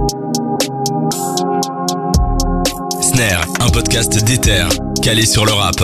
Snare, un podcast d'Ether, calé sur le rap.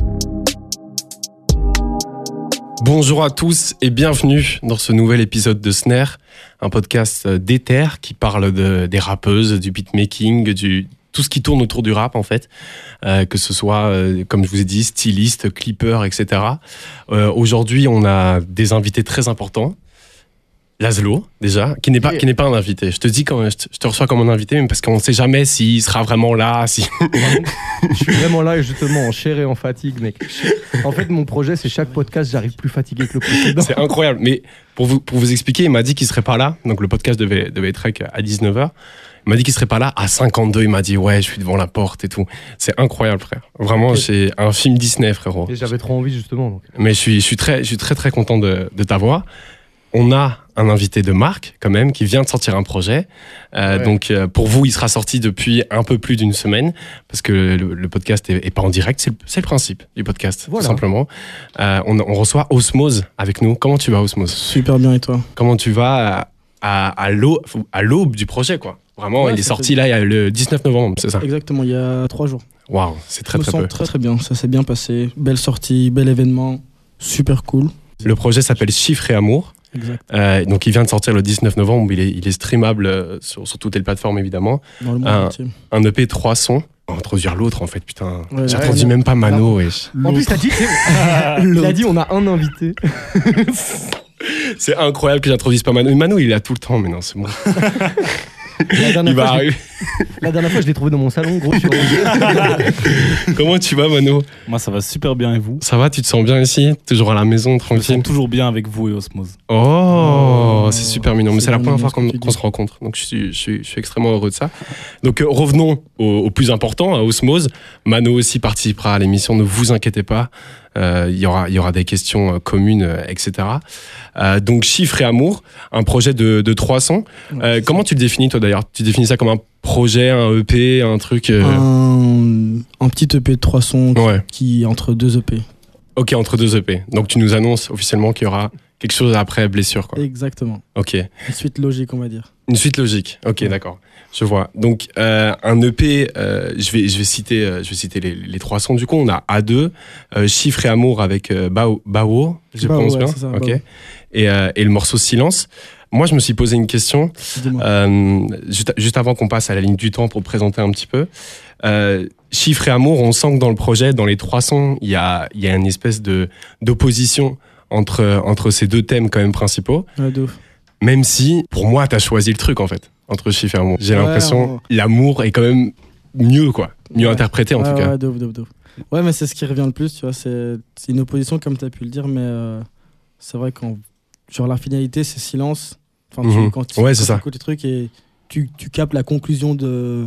Bonjour à tous et bienvenue dans ce nouvel épisode de Snare, un podcast d'Ether qui parle des rappeuses, du beatmaking, tout ce qui tourne autour du rap en fait, que ce soit, comme je vous ai dit, styliste, clipper, etc. Aujourd'hui, on a des invités très importants. Laszlo, déjà, qui n'est pas un invité. Je te dis quand je te reçois comme un invité, mais parce qu'on ne sait jamais s'il sera vraiment là. Je suis vraiment là, justement, en chair et en fatigue, mec. En fait, mon projet, c'est chaque podcast, j'arrive plus fatigué que le précédent. C'est incroyable. Mais pour vous expliquer, il m'a dit qu'il serait pas là. Donc le podcast devait être à 19h. Il m'a dit qu'il serait pas là. À 52, il m'a dit ouais, je suis devant la porte et tout. C'est incroyable, frère. Vraiment, c'est un film Disney, frérot. Et j'avais trop envie, justement. Donc. Mais je suis très content de t'avoir. On a un invité de marque, quand même, qui vient de sortir un projet. Ouais. Donc, pour vous, il sera sorti depuis un peu plus d'une semaine, parce que le podcast est pas en direct. C'est le principe du podcast, voilà. Tout simplement. On reçoit Osmose avec nous. Comment tu vas, Osmose ? Super bien, et toi ? Comment tu vas à l'aube du projet, quoi ? Vraiment, ouais, il est sorti là, il y a le 19 novembre, c'est ça ? Exactement, il y a 3 jours. Waouh, c'est très peu. Je me sens très bien, ça s'est bien passé. Belle sortie, bel événement, super cool. Le projet s'appelle Chiffres et Amour. Exact. Donc il vient de sortir le 19 novembre, il est streamable sur toutes les plateformes évidemment. Dans le monde entier. Un EP 3 sons. On va introduire l'autre en fait, putain. Ouais, j'introduis même pas Mano. En plus, il a dit on a un invité. C'est incroyable que j'introduise pas Mano. Mano, il est là tout le temps, mais non, c'est bon. Il va arriver. La dernière fois, je l'ai trouvé dans mon salon, gros. Comment tu vas, Mano ? Moi, ça va super bien, et vous ? Ça va, tu te sens bien ici ? Toujours à la maison, tranquille ? Je me sens toujours bien avec vous et Osmose. Oh, c'est super mignon. Mais c'est la première fois qu'on se rencontre. Donc, je suis extrêmement heureux de ça. Donc, revenons au plus important, à Osmose. Mano aussi participera à l'émission, ne vous inquiétez pas. Il y aura des questions communes, etc. Donc, Chiffres et Amour, un projet de 3 sons. Comment tu le définis, toi, d'ailleurs ? Tu définis ça comme un projet, un EP, un truc Un petit EP de 3 sons qui entre 2 EP. Ok, entre 2 EP. Donc, tu nous annonces officiellement qu'il y aura quelque chose après Blessure, quoi. Exactement. Ok. Une suite logique, on va dire. Une suite logique. Ok, d'accord. Je vois. Donc, un EP, je vais citer les 3 sons. Du coup, on a A2, Chiffres et Amour avec Bao, je prononce bien. Ça, ok. Et le morceau Silence. Moi, je me suis posé une question, juste avant qu'on passe à la ligne du temps pour présenter un petit peu. Chiffres et Amour, on sent que dans le projet, dans les 3 sons, il y a une espèce d'opposition entre ces 2 thèmes quand même principaux. Ouais, de ouf. Même si, pour moi, t'as choisi le truc, en fait, entre Chiffres et Amour. J'ai l'impression l'amour est quand même mieux, quoi. Mieux interprété, en tout cas. Ouais, de ouf. Ouais, mais c'est ce qui revient le plus, tu vois. C'est une opposition, comme t'as pu le dire, mais c'est vrai que genre la finalité, c'est silence. Enfin, quand tu écoutes les trucs et tu capes la conclusion de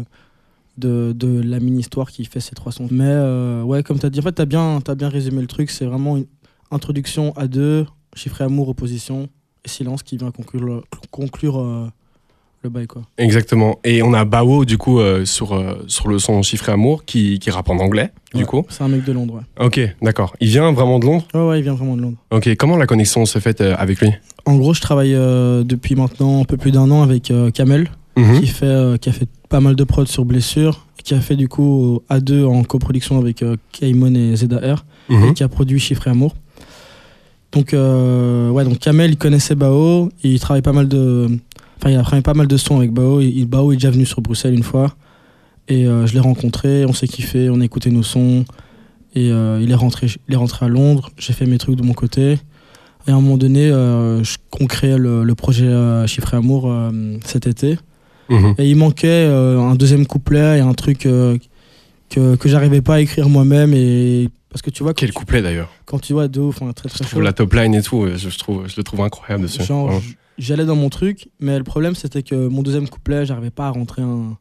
la mini-histoire qui fait ces 3 sons. Mais ouais, comme t'as dit, en fait, t'as bien résumé le truc. C'est vraiment une introduction à 2, Chiffres et Amour, opposition, et silence qui vient conclure le bail, quoi. Exactement. Et on a Bao, du coup, sur le son Chiffres et Amour, qui rappe en anglais, du coup. C'est un mec de Londres, ouais. Ok, d'accord. Il vient vraiment de Londres ? Ouais, il vient vraiment de Londres. Ok, comment la connexion se fait avec lui ? En gros, je travaille depuis maintenant un peu plus d'1 an avec Kamel, qui a fait pas mal de prods sur Blessure, qui a fait du coup A2 en coproduction avec Kaimon et ZAR, et qui a produit Chiffres et Amour. Donc Kamel, il connaissait Bao, et il travaille pas mal il a travaillé pas mal de sons avec Bao. Bao est déjà venu sur Bruxelles une fois, et je l'ai rencontré, on s'est kiffé, on a écouté nos sons, et il est rentré à Londres, j'ai fait mes trucs de mon côté. Et à un moment donné, on créait le projet Chiffres et Amour cet été. Et il manquait un deuxième couplet et un truc que j'arrivais pas à écrire moi-même. Et parce que tu vois, quel couplet d'ailleurs ? Quand tu vois de ouf, très très chaud. La top line et tout, je le trouve incroyable dessus. Genre, j'allais dans mon truc, mais le problème c'était que mon deuxième couplet, j'arrivais pas à rentrer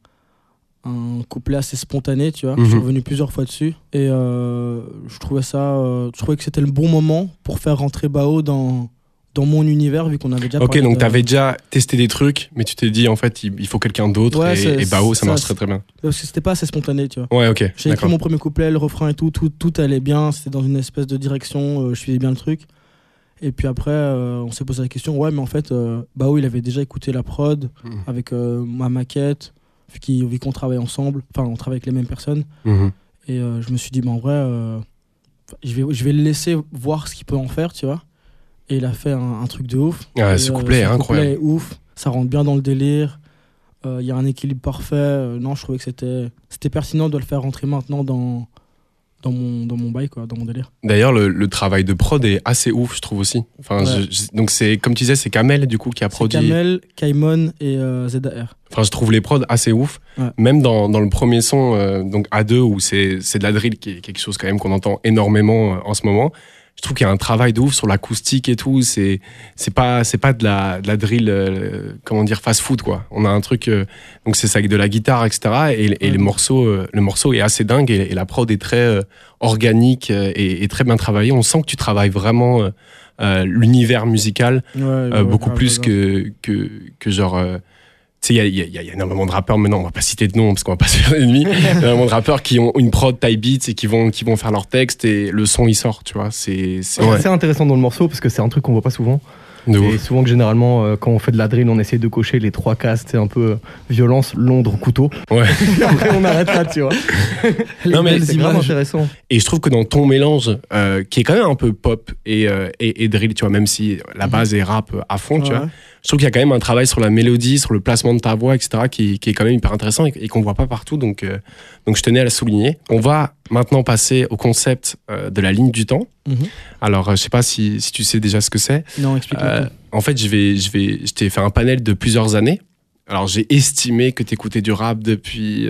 un couplet assez spontané, tu vois. Je suis revenu plusieurs fois dessus et je trouvais que c'était le bon moment pour faire rentrer Bao dans mon univers, vu qu'on avait déjà parlé. Ok, donc t'avais déjà testé des trucs, mais tu t'es dit en fait il faut quelqu'un d'autre, et Bao ça marche très très bien. Parce que c'était pas assez spontané, tu vois. Ouais, ok. J'ai écrit mon premier couplet, le refrain et tout allait bien, c'était dans une espèce de direction, je suivais bien le truc. Et puis après, on s'est posé la question, ouais, mais en fait, Bao, il avait déjà écouté la prod avec ma maquette, vu qu'on travaille ensemble, enfin, on travaille avec les mêmes personnes. Et je me suis dit, en vrai, je vais le laisser voir ce qu'il peut en faire, tu vois. Et il a fait un truc de ouf. Ouais, ce couplet est incroyable. Couplet est ouf, ça rentre bien dans le délire. Il y a un équilibre parfait. Non, je trouvais que c'était pertinent de le faire rentrer maintenant dans mon bail, quoi, dans mon délire. D'ailleurs, le travail de prod est assez ouf, je trouve aussi. Enfin, Ouais. Donc, c'est, comme tu disais, c'est Kamel, du coup, qui a produit. C'est Kamel, Kaimon et ZAR. Enfin, je trouve les prods assez ouf. Ouais. Même dans le premier son, donc A2, où c'est de la drill, qui est quelque chose quand même qu'on entend énormément en ce moment. Je trouve qu'il y a un travail de ouf sur l'acoustique et tout. C'est pas de la drill, comment dire, fast food, quoi. On a un truc, donc c'est ça avec de la guitare, etc. Et le morceau est assez dingue et la prod est très organique et très bien travaillée. On sent que tu travailles vraiment l'univers musical beaucoup plus que genre. Tu sais, il y a énormément de rappeurs, maintenant on va pas citer de nom parce qu'on va pas se faire ennemi. Il y a énormément de rappeurs qui ont une prod type beats et qui vont faire leur texte et le son il sort, tu vois. C'est assez intéressant dans le morceau parce que c'est un truc qu'on voit pas souvent. de Et ouf. souvent que généralement quand on fait de la drill on essaie de cocher les 3 cases, c'est un peu violence, Londres, couteau. Ouais. Et après on arrête là, tu vois. Non, mais c'est vraiment intéressant. Et je trouve que dans ton mélange, qui est quand même un peu pop et drill, tu vois, même si la base est rap à fond, tu vois, je trouve qu'il y a quand même un travail sur la mélodie, sur le placement de ta voix, etc., qui est quand même hyper intéressant et qu'on voit pas partout. Donc je tenais à le souligner. On va maintenant passer au concept de la ligne du temps. Alors, je sais pas si tu sais déjà ce que c'est. Non, explique-moi. En fait, je t'ai fait un panel de plusieurs années. Alors, j'ai estimé que t'écoutais du rap depuis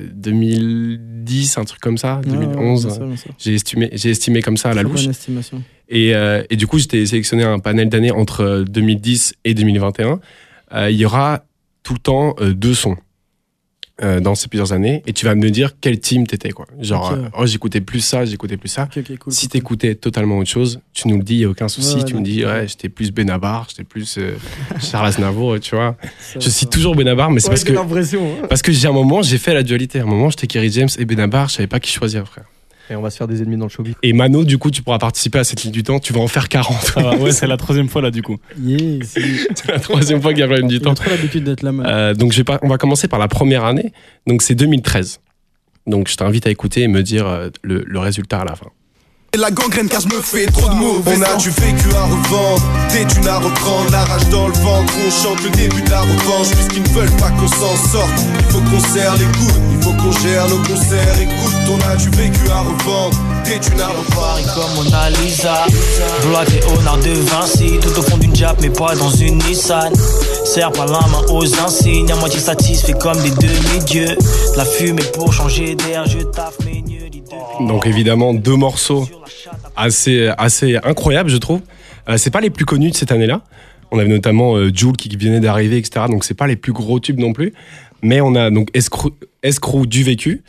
2010, un truc comme ça, 2011. Bien sûr. J'ai estimé comme ça à la Très louche. bonne estimation. Et du coup, j'étais sélectionné un panel d'années entre 2010 et 2021. Il y aura tout le temps 2 sons dans ces plusieurs années. Et tu vas me dire quel team t'étais, quoi. Genre, Ok. j'écoutais plus ça, j'écoutais plus ça. Ok, cool. Si t'écoutais totalement autre chose, tu nous le dis, il n'y a aucun souci. Ouais, tu non, me dis, ouais. ouais, j'étais plus Benabar, j'étais plus Charles Aznavour, tu vois. Je cite toujours Benabar, mais c'est parce que l'impression. parce que j'ai un moment, j'ai fait la dualité. À un moment, j'étais Kerry James et Benabar, je savais pas qui choisir, frère. Et on va se faire des ennemis dans le showbiz. Et Mano, du coup, tu pourras participer à cette ligne du temps. Tu vas en faire 40. Ah, ouais, c'est la 3e fois là du coup. Yeah. C'est la 3e fois qu'il y a la ligne du Il a temps. trop l'habitude d'être là, man. Donc on va commencer par la première année. Donc c'est 2013. Donc je t'invite à écouter et me dire le résultat à la fin. Et la gangrène car je me fais trop de mauvais. On a du vécu à revendre, des thunes à reprendre, la rage dans le ventre, on chante le début de la revanche. Puisqu'ils ne veulent pas qu'on s'en sorte, il faut qu'on serre les coudes, il faut qu'on gère nos concerts. Écoute, on a du vécu à revendre, des thunes à reprendre. Paris comme Mona Lisa, Blois Léonard de Vinci, tout au fond d'une Jap mais pas dans une Nissan. Serre pas la main aux insignes, à moitié satisfait comme des demi-dieux. La fumée pour changer d'air, je taffe mes yeux. Donc évidemment 2 morceaux assez incroyables, je trouve. C'est pas les plus connus de cette année-là. On avait notamment Jul qui venait d'arriver, etc. Donc c'est pas les plus gros tubes non plus. Mais on a donc Escroc du vécu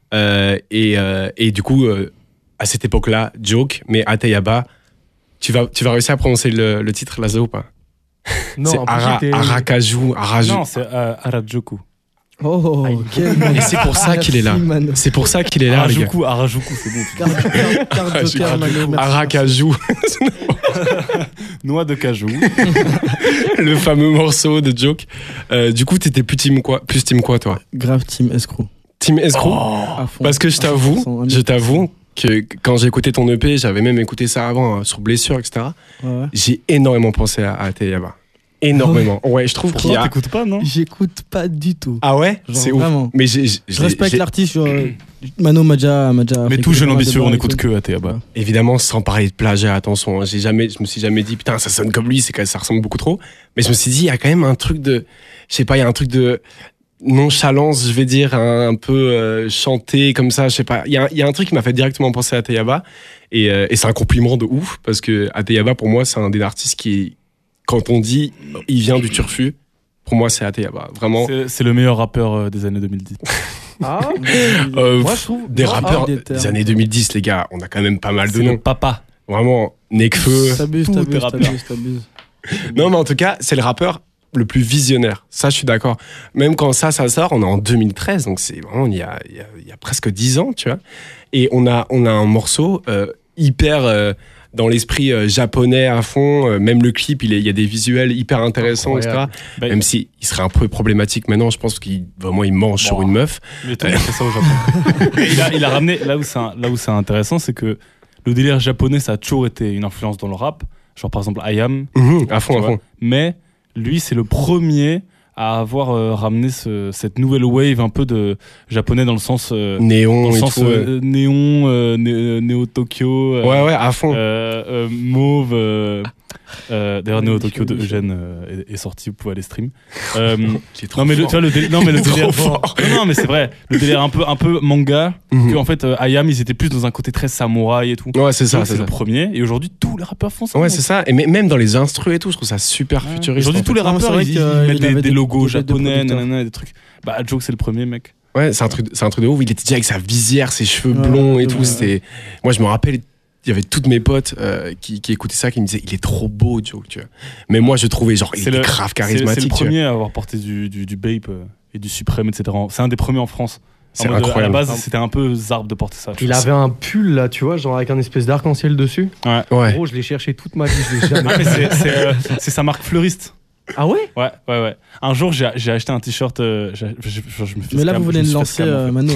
et du coup à cette époque-là Joke, mais Ateyaba. Tu vas réussir à prononcer le titre Lazo ou pas? C'est en plus, j'étais- Aracaju. Non, c'est Harajuku. Oh, quel Et c'est pour ça qu'il est là. Merci, Mano. C'est pour ça qu'il est là, les gars. Harajuku, c'est bon. Carte joker, Mano, merci. Aracaju, Noix de cajou. le fameux morceau de Joke. Du coup, t'étais plus team quoi, toi? Grave team escroc. Team Escroc? À fond. Parce que je t'avoue que quand j'ai écouté ton EP, j'avais même écouté ça avant sur Blessure, etc. Ouais. J'ai énormément pensé à Teyaba. Énormément. Ouais, je trouve qu'il y Pourquoi a. t'écoutes pas, non? J'écoute pas du tout. Ah ouais? Genre, C'est ouf. vraiment. Mais Je respecte l'artiste, genre, Mano m'a déjà Mais fait tout jeune écouter ambitieux, pas on mal de écoute bars et que à Théaba. évidemment, sans parler de plagiat, attention, hein, je me suis jamais dit, putain, ça sonne comme lui, c'est que ça ressemble beaucoup trop. Mais je me suis dit, il y a quand même un truc de, je sais pas, il y a un truc de nonchalance, je vais dire, un peu chanté comme ça, je sais pas. Il y a un truc qui m'a fait directement penser à Teyaba. Et c'est un compliment de ouf, parce que Teyaba, pour moi, c'est un des artistes qui, quand on dit, il vient du Turfu, pour moi, c'est Teyaba. Vraiment. C'est le meilleur rappeur des années 2010. Ah, Moi, je trouve. des moi, rappeurs des des termes. années 2010, les gars, on a quand même pas mal de C'est noms. le papa. Vraiment, Nekfeu. T'abuses. Non, mais en tout cas, c'est le rappeur le plus visionnaire. Ça, je suis d'accord. Même quand ça sort, on est en 2013, donc c'est vraiment il y a presque 10 ans, tu vois. Et on a un morceau hyper dans l'esprit japonais à fond. Même le clip, il y a des visuels hyper intéressants, etc. Bah, Même s'il serait un peu problématique maintenant, je pense qu'il vraiment il mange sur une meuf. Mais tout le monde fait ça au Japon. Et il a ramené là où c'est intéressant, c'est que le délire japonais, ça a toujours été une influence dans le rap. Genre par exemple IAM. À fond. Mais lui, c'est le premier à avoir ramené cette nouvelle wave un peu de japonais dans le sens néon, dans le et sens tout, Néo Tokyo, ouais, à fond. Mauve. D'ailleurs, Néo Tokyo de Eugène est sorti, vous pouvez aller stream. Non mais tu vois le délire, non mais c'est vrai, le délire un peu manga, que en fait IAM ils étaient plus dans un côté très samouraï et tout. Ouais, c'est ça, donc, c'est le ça. premier, et aujourd'hui tous les rappeurs font ça. Ouais, c'est ça. Et même dans les instrus et tout, je trouve ça super futuriste. Aujourd'hui tous les Non, mais c'est rappeurs vrai ils que mettent il avait des logos des japonais, producteurs. nanana, des trucs. Bah Joke c'est le premier mec. Ouais, c'est un truc de ouf. Il était déjà avec sa visière, ses cheveux blonds et tout. ouais. C'était. Moi, je me rappelle. Il y avait toutes mes potes qui écoutaient ça, qui me disaient il est trop beau, Joe, tu vois. Mais moi je trouvais genre il était grave charismatique. C'est le tu vois. premier à avoir porté du Bape et du Suprême, etc. C'est un des premiers en France. C'est En mode, incroyable. À la base c'était un peu zarbe de porter ça. Il avait un pull là, tu vois, genre avec un espèce d'arc-en-ciel dessus. Ouais. Gros, je l'ai cherché toute ma vie, je l'ai jamais. Ah, mais c'est sa marque fleuriste. Ah ouais? Ouais. Un jour, j'ai acheté un t-shirt. Je me fais Mais là, scam, vous je venez me de suis fait lancer scam, en fait. Mano.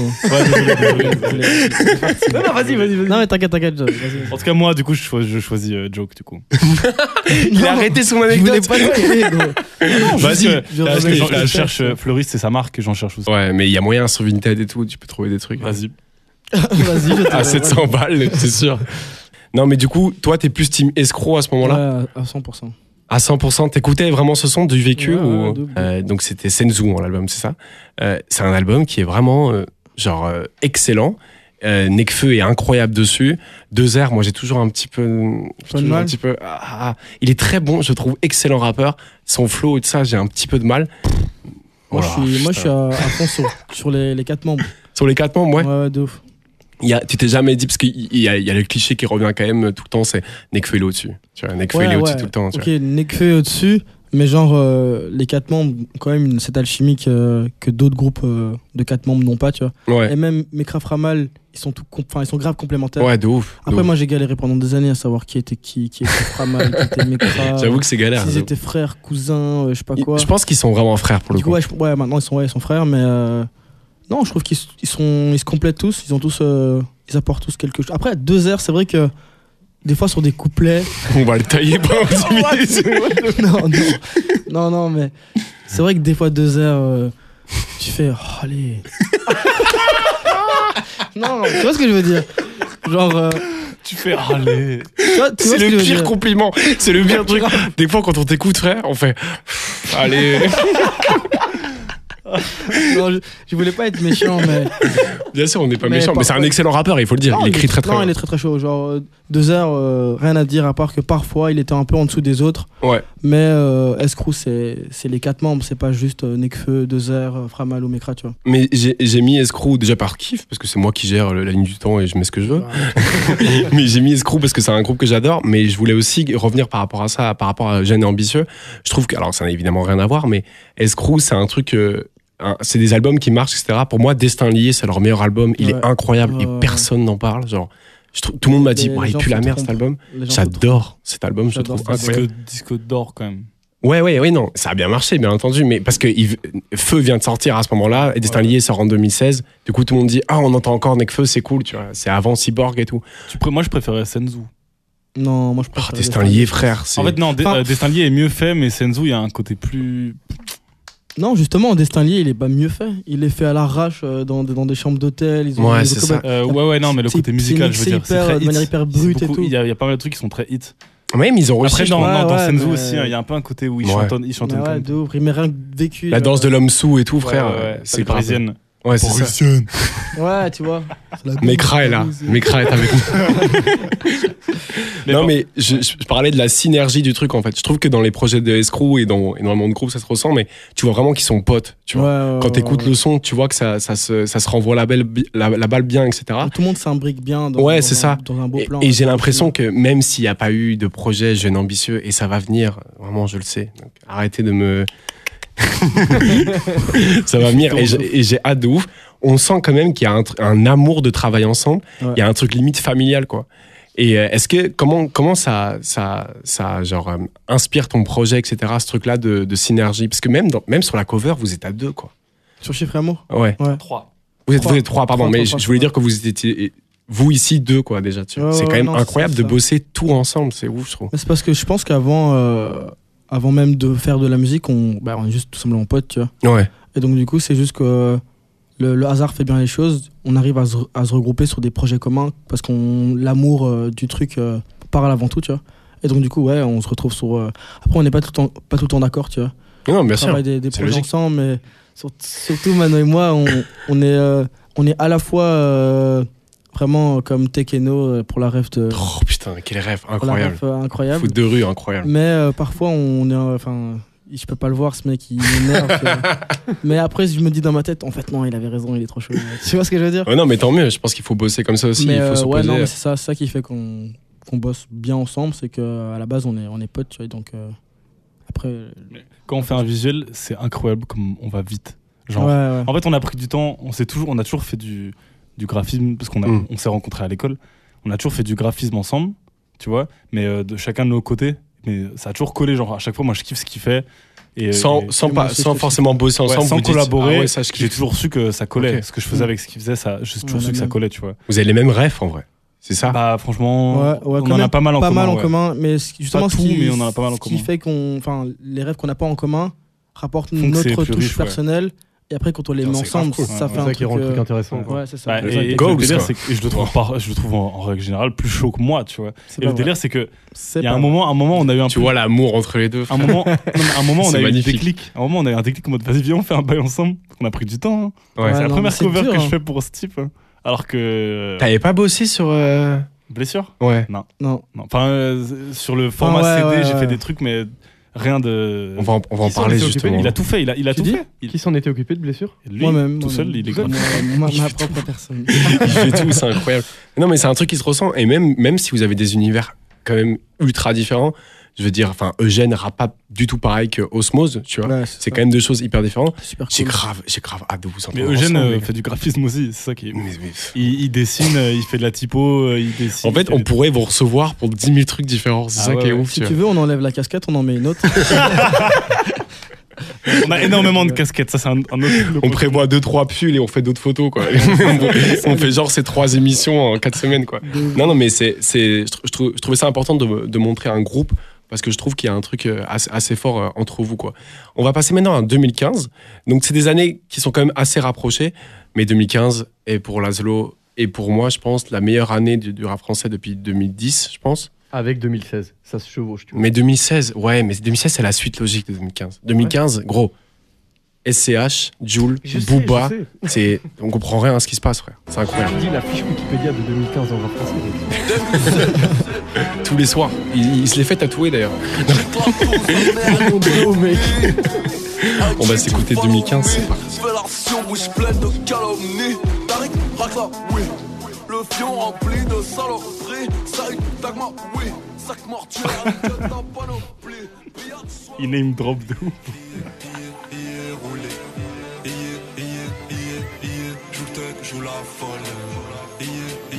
Ouais, Non, vas-y. Non, mais t'inquiète. Vas-y. En tout cas, moi, du coup, je choisis Joke, du coup. Il a arrêté son Je voulais anecdote. pas le dire, gros. Vas-y. Parce que je je cherche fleuriste, c'est sa marque, et j'en cherche aussi. Ouais, mais il y a moyen sur Vinted et tout, tu peux trouver des trucs. Vas-y. Vas-y, je te À 700 balles, c'est sûr. Non, mais du coup, toi, t'es plus team escroc à ce moment-là. Ouais, à 100%. À 100%, t'écoutais vraiment ce son du vécu Ouais, ou... de ouf. Donc c'était Senzu, l'album, c'est ça. C'est un album qui est vraiment excellent. Nekfeu est incroyable dessus. 2R, moi j'ai toujours un petit peu... il est très bon, je trouve excellent rappeur. Son flow et tout ça, j'ai un petit peu de mal. Moi, je suis à fond sur les 4 membres. Sur les 4 membres, ouais. Ouais, de ouf. Tu t'es jamais dit, parce qu'il y a le cliché qui revient quand même tout le temps, c'est Nekfeu il est au-dessus. Tu vois, Nekfeu il est au-dessus tout le temps. Tu ok, Nekfeu est au-dessus, mais genre les 4 membres ont quand même cette alchimie que d'autres groupes de 4 membres n'ont pas, tu vois. Ouais. Et même Mekra Framal, ils sont grave complémentaires. Ouais, de ouf. Après, moi j'ai galéré pendant des années à savoir qui était Framal, qui était Mekra. J'avoue que c'est galère. S'ils étaient frères, cousins, je sais pas quoi. Je pense qu'ils sont vraiment frères pour le Du coup. coup, maintenant ils sont frères, mais non, je trouve qu'ils se complètent tous, ils apportent tous quelque chose. Après, 2R, c'est vrai que des fois sur des couplets. On va le tailler pendant 10 minutes. non, mais c'est vrai que des fois 2R, tu fais oh, allez. Non, tu vois ce que je veux dire? Genre. Tu fais allez. C'est le pire compliment. C'est le pire truc. Des fois, quand on t'écoute, frère, on fait allez. Non, je voulais pas être méchant, mais. Bien sûr, on n'est pas méchant, mais c'est un excellent rappeur, il faut le dire. Il écrit très Non, bien. il est très chaud. Genre, 2R, rien à dire à part que parfois il était un peu en dessous des autres. Ouais. Mais Escrew, c'est les 4 membres, c'est pas juste Nekfeu, 2R, Framal ou Mekra, tu vois. Mais j'ai mis Escrew déjà par kiff, parce que c'est moi qui gère la ligne du temps et je mets ce que je veux. Mais j'ai mis Escrew parce que c'est un groupe que j'adore, mais je voulais aussi revenir par rapport à ça, par rapport à Jeune et Ambitieux. Je trouve que, alors ça n'a évidemment rien à voir, mais Escrew, c'est un truc. C'est des albums qui marchent, etc. Pour moi, Destin Lié, c'est leur meilleur album. Il est incroyable et personne n'en parle. Genre, tout le monde m'a dit, il pue la merde cet album. J'adore cet album, je le trouve incroyable. Disque d'or quand même. Ouais, non, ça a bien marché, bien entendu, mais parce que Feu vient de sortir à ce moment-là, et Destin Lié sort en 2016. Du coup, tout le monde dit, on entend encore Nekfeu, c'est cool, tu vois. C'est avant Cyborg et tout. Moi, je préférais Senzu. Non, moi je préfère. Destin Lié, frère. En fait, non, Destin Lié est mieux fait, mais Senzu, il y a un côté plus. Non, justement, Destin Lié, il est pas mieux fait. Il est fait à l'arrache dans des chambres d'hôtel. Ouais, c'est ça. Non, mais le côté musical, je veux dire, c'est très de manière hyper brute et tout. Il y a pas mal de trucs qui sont très hits. Même ils ont réussi. Après, dans Senzu aussi, il y a un peu un côté où ils chantent comme de ouf. Mais rien que vécu. La danse de l'homme sous et tout, frère. C'est parisienne. Ouais, c'est ça. Ouais, tu vois. Mekra est là. Mekra est avec nous. Non, mais je parlais de la synergie du truc, en fait. Je trouve que dans les projets de Escrew et dans le monde groupe, ça se ressent, mais tu vois vraiment qu'ils sont potes. Tu vois. Quand t'écoutes le son, tu vois que ça se renvoie la balle bien, etc. Tout le monde s'imbrique bien dans un beau plan. Et j'ai l'impression que même s'il n'y a pas eu de projet Jeune Ambitieux, et ça va venir, vraiment, je le sais. Donc, arrêtez de me... ça va venir et j'ai hâte de ouf. On sent quand même qu'il y a un amour de travail ensemble. Il y a un truc limite familial, quoi. Et est-ce que comment ça genre inspire ton projet, etc. Ce truc-là de synergie, parce que même sur la cover, vous êtes à 2, quoi. Sur Chiffre et Amour. Ouais. 3. Vous êtes 3, pardon, mais je voulais dire que vous étiez vous ici 2, quoi, déjà. C'est quand même incroyable de bosser tout ensemble, c'est ouf, je trouve. Mais c'est parce que je pense qu'avant avant même de faire de la musique, on est juste tout simplement potes, tu vois. Ouais. Et donc du coup, c'est juste que le hasard fait bien les choses. On arrive à se regrouper sur des projets communs parce qu'on l'amour du truc parle avant tout, tu vois. Et donc du coup, ouais, on se retrouve sur. Après, on n'est pas tout le temps d'accord, tu vois. Non, bien on sûr. travaille des projets logique. ensemble, mais surtout Mano et moi, on est à la fois vraiment comme Tekeno pour la rêve de. Oh putain, quel rêve incroyable. Incroyable. Foot de rue incroyable. Mais parfois, on est. Je peux pas le voir, ce mec, il m'énerve. Mais après, je me dis dans ma tête, en fait, non, il avait raison, il est trop chaud. Tu vois ce que je veux dire? Ouais, non, mais tant mieux. Je pense qu'il faut bosser comme ça aussi. Mais il faut se ouais, poser. non, mais c'est ça qui fait qu'on bosse bien ensemble, c'est qu'à la base, on est potes, tu vois. Donc après. Quand on fait un visuel, c'est incroyable comme on va vite. Genre, ouais. En fait, on a pris du temps. On a toujours fait du graphisme parce on s'est rencontrés à l'école. On a toujours fait du graphisme ensemble, tu vois. Mais de chacun de nos côtés. Mais ça a toujours collé. Genre à chaque fois, moi, je kiffe ce qu'il fait. Sans forcément bosser ensemble, sans collaborer. Ouais, j'ai toujours su que ça collait. Okay. Ce que je faisais avec ce qu'il faisait, j'ai toujours su que ça collait, tu vois. Vous avez les mêmes rêves en vrai. C'est ça? Bah franchement, ouais, on en a pas mal en commun. Mais justement, mais on en a pas mal en commun. Ce qui fait les rêves qu'on n'a pas en commun rapportent notre touche personnelle. Et après, quand on les met ensemble, ça fait un truc qui rend le truc intéressant. Ouais, c'est ça. Et le délire, c'est que je le trouve en règle générale plus chaud que moi, tu vois. Et le délire, c'est que il y a un moment, on a eu un. Tu vois l'amour entre les deux. Un moment, on a eu un déclic. Un moment, on a eu un déclic en mode vas-y, viens, on fait un bail ensemble. On a pris du temps. C'est la première cover que je fais pour ce type. Alors que. T'avais pas bossé sur. Blessure? Ouais. Non. Enfin, sur le format CD, j'ai fait des trucs, mais. Rien de. On va en parler justement. Il a tout fait. Il a tout fait. Qui s'en était occupé de blessure? Moi-même. Tout seul, il est comme ma propre personne. Il fait tout, c'est incroyable. Non, mais c'est un truc qui se ressent. Et même si vous avez des univers quand même ultra différents, je veux dire, enfin, Eugène rappe pas du tout pareil que Osmose, tu vois. Ouais, c'est quand même deux choses hyper différentes. Super cool. J'ai grave hâte de vous entendre. Mais Eugène fait du graphisme aussi, c'est ça qui est. Il dessine, il fait de la typo, il dessine. En fait, on pourrait vous recevoir pour 10 000 trucs différents. C'est ça qui est ouf. Si tu veux, on enlève la casquette, on en met une autre. On a énormément de casquettes, ça c'est un autre. On prévoit 2-3 pulls et on fait d'autres photos, quoi. On fait genre ces 3 émissions en 4 semaines, quoi. Non, mais je trouvais ça important de montrer un groupe. Parce que je trouve qu'il y a un truc assez fort entre vous, quoi. On va passer maintenant à 2015. Donc, c'est des années qui sont quand même assez rapprochées. Mais 2015 est pour Laszlo et pour moi, je pense, la meilleure année du rap français depuis 2010, je pense. Avec 2016. Ça se chevauche, tu vois. Mais 2016, ouais, mais 2016, c'est la suite logique de 2015. 2015, gros. SCH, Jul, Booba, on comprend rien à ce qui se passe, frère. C'est incroyable. Je dis la fiche Wikipédia de 2015 dans le rap français. Tous les soirs. Il se les fait tatouer d'ailleurs. On va s'écouter 2015, c'est parti. Le fion rempli de saloperies, ça tagma, oui, sac mortuaire, il name drop de ouf. Joue la folle.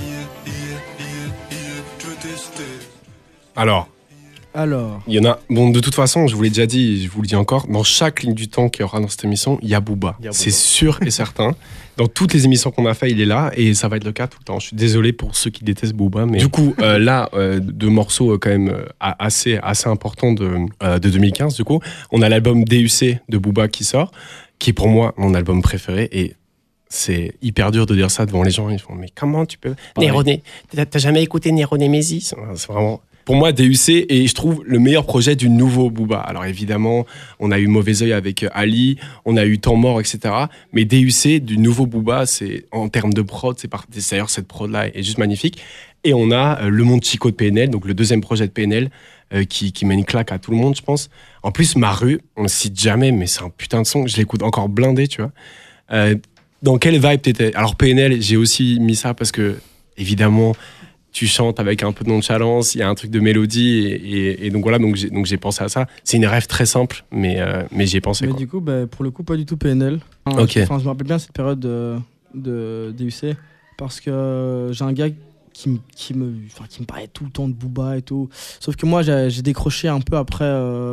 Je veux tester. Alors, il y en a. Bon, de toute façon, je vous l'ai déjà dit, je vous le dis encore, dans chaque ligne du temps qu'il y aura dans cette émission, il y a Booba. C'est sûr et certain. Dans toutes les émissions qu'on a fait, il est là et ça va être le cas tout le temps. Je suis désolé pour ceux qui détestent Booba, mais du coup, là, deux morceaux quand même assez importants de 2015. Du coup, on a l'album DUC de Booba qui sort, qui est pour moi mon album préféré et c'est hyper dur de dire ça devant les gens. Ils font mais comment tu peux Néroné, t'as jamais écouté Néronémésis? C'est vraiment pour moi DUC et je trouve le meilleur projet du nouveau Booba. Alors évidemment, on a eu Mauvais Oeil avec Ali, on a eu Temps Mort, etc. Mais DUC du nouveau Booba, c'est en termes de prod, d'ailleurs cette prod là est juste magnifique. Et on a Le Monde Chico de PNL, donc le deuxième projet de PNL qui met une claque à tout le monde, je pense. En plus, Ma Rue, on le cite jamais, mais c'est un putain de son. Je l'écoute encore blindé, tu vois. Dans quelle vibe t'étais? Alors PNL, j'ai aussi mis ça parce que évidemment tu chantes avec un peu de nonchalance, il y a un truc de mélodie et donc voilà, donc j'ai pensé à ça. C'est une rêve très simple, mais j'y ai pensé. Mais quoi. Du coup, pour le coup, pas du tout PNL. Ok. Enfin, je me rappelle bien cette période de DUC parce que j'ai un gars qui me parlait tout le temps de Booba et tout. Sauf que moi, j'ai décroché un peu après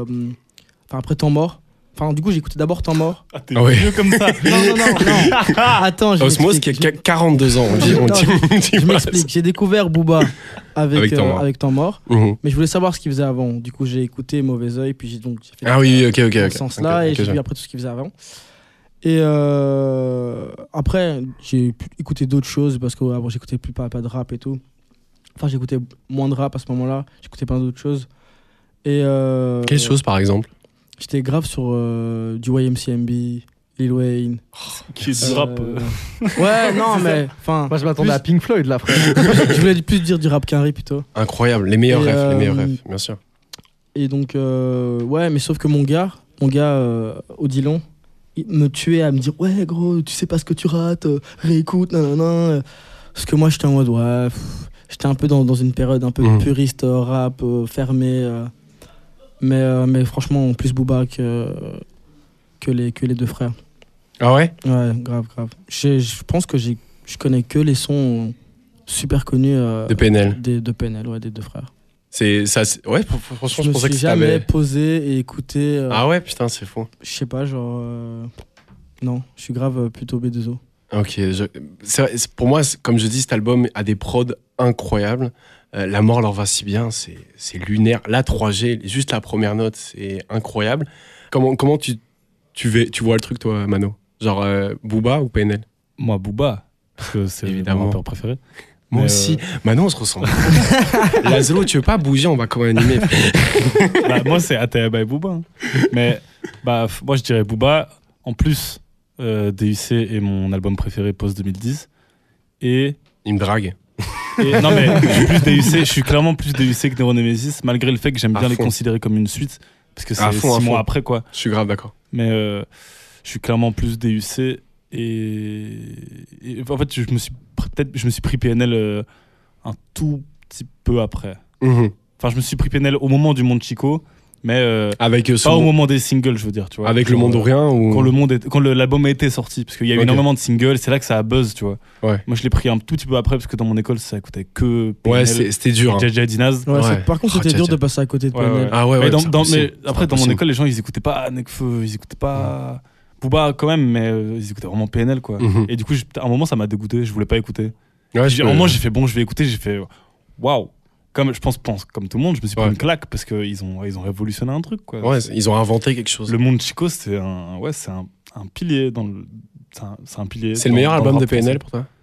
Temps Mort. Enfin, du coup, j'ai écouté d'abord Temps Mort. Ah, t'es vieux comme ça. Non. Attends, Osmose qui a 42 ans. Je m'explique. J'ai découvert Booba avec Temps Mort. Mais je voulais savoir ce qu'il faisait avant. Du coup, j'ai écouté Mauvais Oeil, puis j'ai fait ok. ce sens-là, et j'ai vu après tout ce qu'il faisait avant. Et après, j'ai écouté d'autres choses parce que j'écoutais plus pas de rap et tout. Enfin, j'écoutais moins de rap à ce moment-là. J'écoutais plein d'autres choses. Et quelle chose, par exemple? J'étais grave sur du YMCMB, Lil Wayne. Qui est du rap. Ouais, non, mais. Moi, je m'attendais à Pink Floyd, là, frère. Je voulais plus dire du rap qu'un rap plutôt. Incroyable, les meilleurs rêves, bien sûr. Et donc, ouais, mais sauf que mon gars, Odilon, il me tuait à me dire ouais, gros, tu sais pas ce que tu rates, réécoute, nanana. Parce que moi, j'étais en mode, ouais, j'étais un peu dans une période un peu puriste, rap, fermé. Mais franchement, plus Booba que les deux frères. Ah ouais? Ouais, grave. Je pense que je connais que les sons super connus de PNL. De PNL, ouais, des deux frères. Ouais, franchement, je pensais que je me suis jamais posé et écouté. Ah ouais, putain, c'est fou. Je sais pas, genre. Non, je suis grave plutôt B2O. Ok, pour moi, comme je dis, cet album a des prods incroyables. La mort leur va si bien, c'est lunaire. La 3G, juste la première note, c'est incroyable. Comment tu vois le truc, toi, Mano? Genre Booba ou PNL? Moi, Booba, parce que c'est mon rappeur préféré. Moi aussi. Mano, on se ressemble. Lazlo, tu veux pas bouger, on va quand même animer. Moi, c'est Atayaba et Booba. Hein. Mais moi, je dirais Booba. En plus, DUC est mon album préféré post-2010. Et... Il me drague. Non mais je suis clairement plus DUC que Neuronemesis, malgré le fait que j'aime bien les considérer comme une suite, parce que c'est 6 mois après quoi. Je suis grave d'accord. Mais je suis clairement plus DUC et en fait je me suis pris PNL un tout petit peu après. Enfin je me suis pris PNL au moment du Monde Chico, mais avec pas au moment des singles, je veux dire, tu vois. Avec Le Monde ou Rien ou... Quand l'album a été sorti, parce qu'il y a eu énormément de singles, c'est là que ça a buzz, tu vois. Ouais. Moi je l'ai pris un tout petit peu après, parce que dans mon école ça écoutait que PNL. Ouais, c'était dur. Jaja Dinaz. Ouais. Par contre c'était dur de passer à côté de PNL. Ah ouais. Mais après dans mon école les gens ils écoutaient pas Nekfeu, ils écoutaient pas Booba quand même, mais ils écoutaient vraiment PNL quoi. Et du coup à un moment ça m'a dégoûté, je voulais pas écouter. À un moment j'ai fait bon, je vais écouter, j'ai fait waouh. Comme je pense comme tout le monde, je me suis pris une claque parce qu'ils ont révolutionné un truc quoi. Ouais, ils ont inventé quelque chose. Le Monde Chico c'est un pilier dans le c'est un pilier. C'est le meilleur album de PNL pour toi?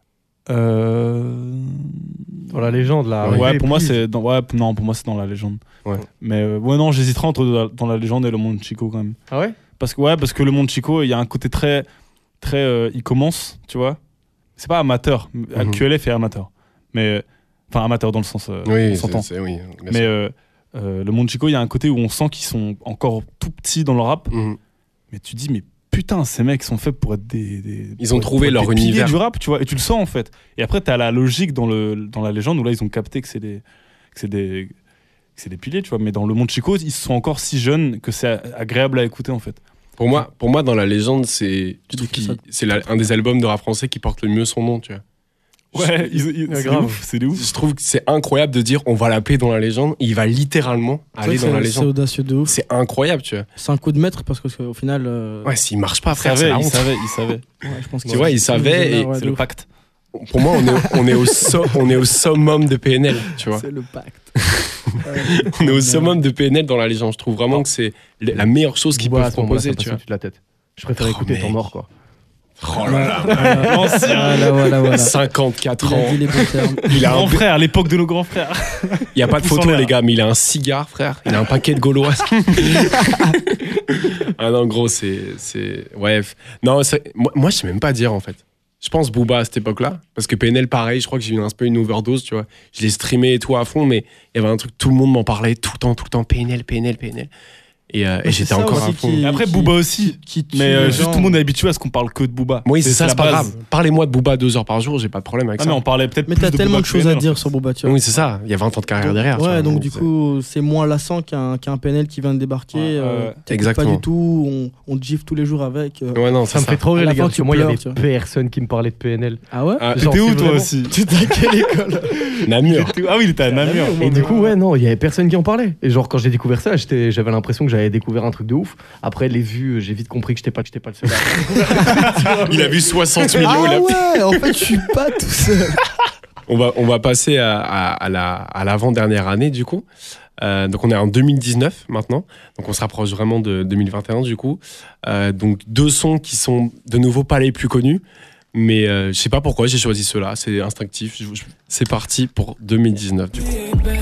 Dans la légende là. Ouais, pour moi c'est dans dans la légende. Ouais. Mais non, j'hésiterais entre dans la légende et le Monde Chico quand même. Ah ouais? Parce que le Monde Chico, il y a un côté très il commence, tu vois. C'est pas amateur, QLF est amateur. Mais enfin amateur dans le sens oui, on s'entend. Mais le Monde Chico, il y a un côté où on sent qu'ils sont encore tout petits dans le rap. Mais tu dis mais putain, ces mecs sont faits pour être ils ont trouvé leur univers du rap, tu vois, et tu le sens en fait. Et après t'as la logique dans la légende où là ils ont capté que c'est des piliers, tu vois, mais dans le Monde Chico, ils sont encore si jeunes que c'est agréable à écouter en fait. Pour moi dans la légende, c'est un des albums de rap français qui porte le mieux son nom, tu vois. Ouais, c'est ouf. Je trouve que c'est incroyable de dire on va l'appeler dans la légende. Il va littéralement aller dans la légende. C'est audacieux de ouf. C'est incroyable, tu vois. C'est un coup de maître parce qu'au final. Ouais, s'il marche pas, frère, il savait. Ouais, je pense tu vois, il savait. C'est le pacte. Pour moi, on est au summum de PNL, tu vois. C'est le pacte. On est au summum de PNL dans la légende. Je trouve vraiment que c'est la meilleure chose qu'ils peuvent proposer, tu vois. La tête. Je préfère écouter Temps Mort, quoi. Oh là là, voilà. 54 ans. Il a un frère, à l'époque de nos grands frères. Il n'y a pas de photo, les gars, mais il a un cigare, frère. Il a un paquet de gauloises. Ah non, gros, c'est. Ouais. Non, moi, je sais même pas dire, en fait. Je pense Booba à cette époque-là. Parce que PNL, pareil, je crois que j'ai eu un peu une overdose, tu vois. Je l'ai streamé et tout à fond, mais il y avait un truc, tout le monde m'en parlait tout le temps. PNL. Et j'étais encore à fond. Et après Booba aussi. Mais juste tout le monde est habitué à ce qu'on parle que de Booba. Oui, c'est ça, c'est pas grave. Parlez-moi de Booba 2 heures par jour, j'ai pas de problème avec ça. Mais on parlait peut-être Mais plus t'as de tellement Booba de choses que à PNL, dire sur Booba, tu vois. Oui, c'est ça. Il y a 20 ans de carrière derrière. Ouais, donc du coup, c'est moins lassant qu'un PNL qui vient de débarquer. Exactement. Pas du tout. On te gifle tous les jours avec. Ouais, non, ça me fait trop rire, les gars, parce que moi, il y avait tu vois. personne qui me parlait de PNL. Ah ouais? T'étais où toi aussi? T'étais à quelle école? Namur. Ah oui, il était à Namur. Et du coup, ouais, non, il y avait personne qui en parlait. Et genre, quand j'ai découvert ça, j'avais l'impression que j'avais découvert un truc de ouf. Après, les vues, j'ai vite compris que j'étais pas le seul. Il a vu 60 millions. Ah ouais, en fait, je suis pas tout seul. On va passer à l'avant-dernière année, du coup. Donc, on est en 2019 maintenant. Donc, on se rapproche vraiment de 2021, du coup. Donc, 2 sons qui sont de nouveau pas les plus connus. Mais je sais pas pourquoi j'ai choisi ceux-là. C'est instinctif. C'est parti pour 2019, du coup.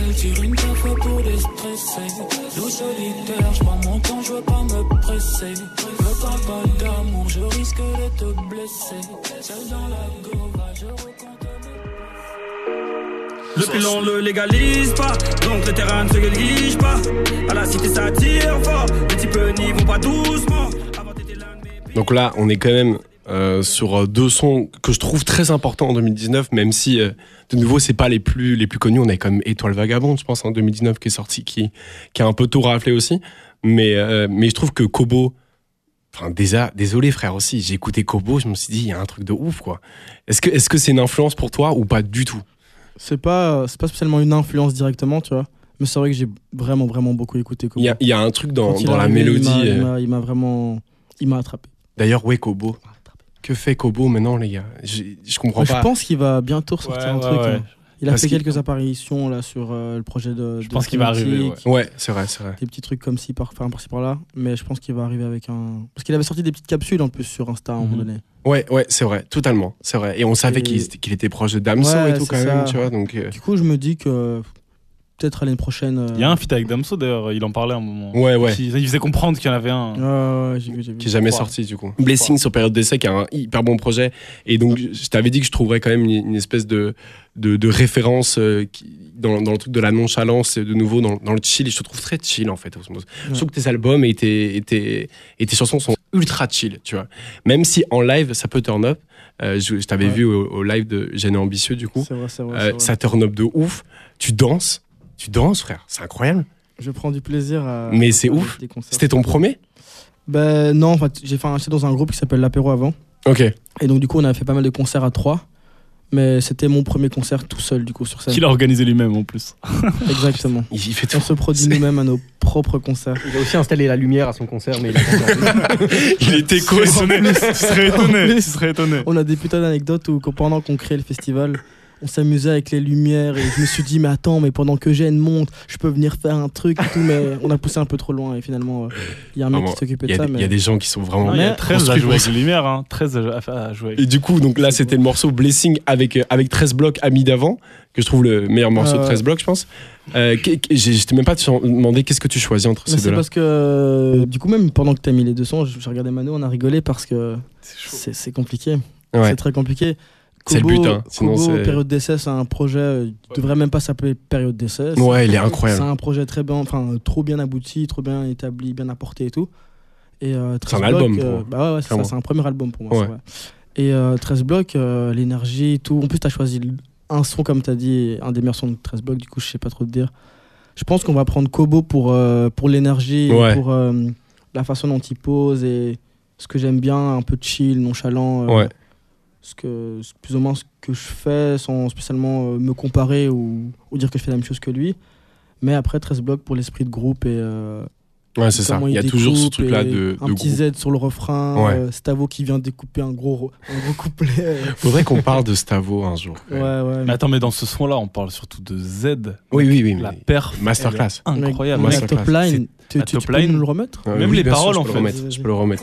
Le pilon le légalise pas, donc le terrain ne se néglige pas. À la cité ça tire fort, les types n'y vont pas doucement. Donc là, on est quand même sur 2 sons que je trouve très importants en 2019, même si de nouveau c'est pas les plus connus. On a quand même Étoile Vagabonde, je pense, en 2019 qui est sorti, qui a un peu tout raflé aussi. Mais je trouve que Kobo, enfin désolé frère aussi, j'ai écouté Kobo, je me suis dit il y a un truc de ouf quoi. Est-ce que c'est une influence pour toi ou pas du tout? C'est pas spécialement une influence directement, tu vois. Mais c'est vrai que j'ai vraiment beaucoup écouté Kobo. Il y a un truc dans la mélodie. Il m'a attrapé. D'ailleurs, ouais, Kobo. Que fait Kobo maintenant, les gars? Je comprends pas. Je pense qu'il va bientôt ressortir un truc. Ouais. Il a fait quelques apparitions là sur le projet de. Je pense qu'il va arriver. Ouais, c'est vrai. Des petits trucs comme ci par-ci par-là. Mais je pense qu'il va arriver avec un. Parce qu'il avait sorti des petites capsules en plus sur Insta à un moment donné. Ouais, c'est vrai, totalement. C'est vrai. Et on savait qu'il était proche de Damso et tout quand même, tu vois. Donc, du coup, je me dis que peut-être l'année prochaine. Il y a un feat avec Damso d'ailleurs, il en parlait à un moment. Ouais. Il faisait comprendre qu'il y en avait un. J'ai vu. Qui est jamais sorti du coup. Blessing sur Période d'essai, qui est un hyper bon projet. Et donc, je t'avais dit que je trouverais quand même une espèce de référence dans le truc de la nonchalance, de nouveau dans le chill. Et je te trouve très chill en fait, Osmose. Je trouve que tes albums et tes chansons sont ultra chill, tu vois. Même si en live, ça peut turn up. Je t'avais vu au live de Gêné Ambitieux, du coup. C'est vrai. Ça turn up de ouf. Tu danses, frère. C'est incroyable. Je prends du plaisir à. Mais c'est ouf. C'était ton premier? Ben non, en fait, j'étais dans un groupe qui s'appelle L'Apéro avant. Ok. Et donc, du coup, on a fait pas mal de concerts à 3. Mais c'était mon premier concert tout seul, du coup, sur scène. Qu'il a organisé lui-même en plus. Exactement. Il fait tout. On se produit nous-mêmes à nos propres concerts. Il a aussi installé la lumière à son concert, mais il était co. Tu serais étonné. On a des putains d'anecdotes où pendant qu'on créait le festival, on s'amusait avec les lumières et je me suis dit mais attends, mais pendant que Gêne monte, je peux venir faire un truc et tout, mais on a poussé un peu trop loin et finalement il y a un mec qui s'occupait de ça. Il y a des gens qui sont vraiment. Il y a 13 à jouer avec les lumières, 13 à jouer avec. Et du coup, donc là c'était le morceau Blessing avec 13 blocs amis d'avant, que je trouve le meilleur morceau de 13 blocs, je pense. Je t'ai même pas demandé qu'est-ce que tu choisis entre ces deux-là. C'est parce que du coup, même pendant que t'as mis les 2 sons, j'ai regardé Mano, on a rigolé parce que c'est compliqué. Ouais. C'est très compliqué. C'est le but, hein. Sinon, Kobo, Période d'essai, c'est un projet. Il devrait même pas s'appeler Période d'essai. Ouais, il est incroyable. C'est un projet trop bien abouti, trop bien établi, bien apporté et tout. Et c'est un album. Ouais, c'est ça. C'est un premier album pour moi. Ouais. Et 13 blocs, l'énergie et tout. En plus, t'as choisi un son, comme t'as dit, un des meilleurs sons de 13 blocs. Du coup, je sais pas trop te dire. Je pense qu'on va prendre Kobo pour l'énergie, pour la façon dont il pose et ce que j'aime bien, un peu chill, nonchalant. Plus ou moins ce que je fais sans spécialement me comparer ou dire que je fais la même chose que lui. Mais après 13 blocs pour l'esprit de groupe et ouais, c'est ça. Il y a toujours ce truc là de un petit Z sur le refrain, Stavo qui vient découper un gros couplet. Faudrait qu'on parle de Stavo un jour. Ouais. Mais attends, mais dans ce son là on parle surtout de Z. Oui. La perf masterclass incroyable. La top line, tu peux nous le remettre? Même les paroles en fait. Je peux le remettre.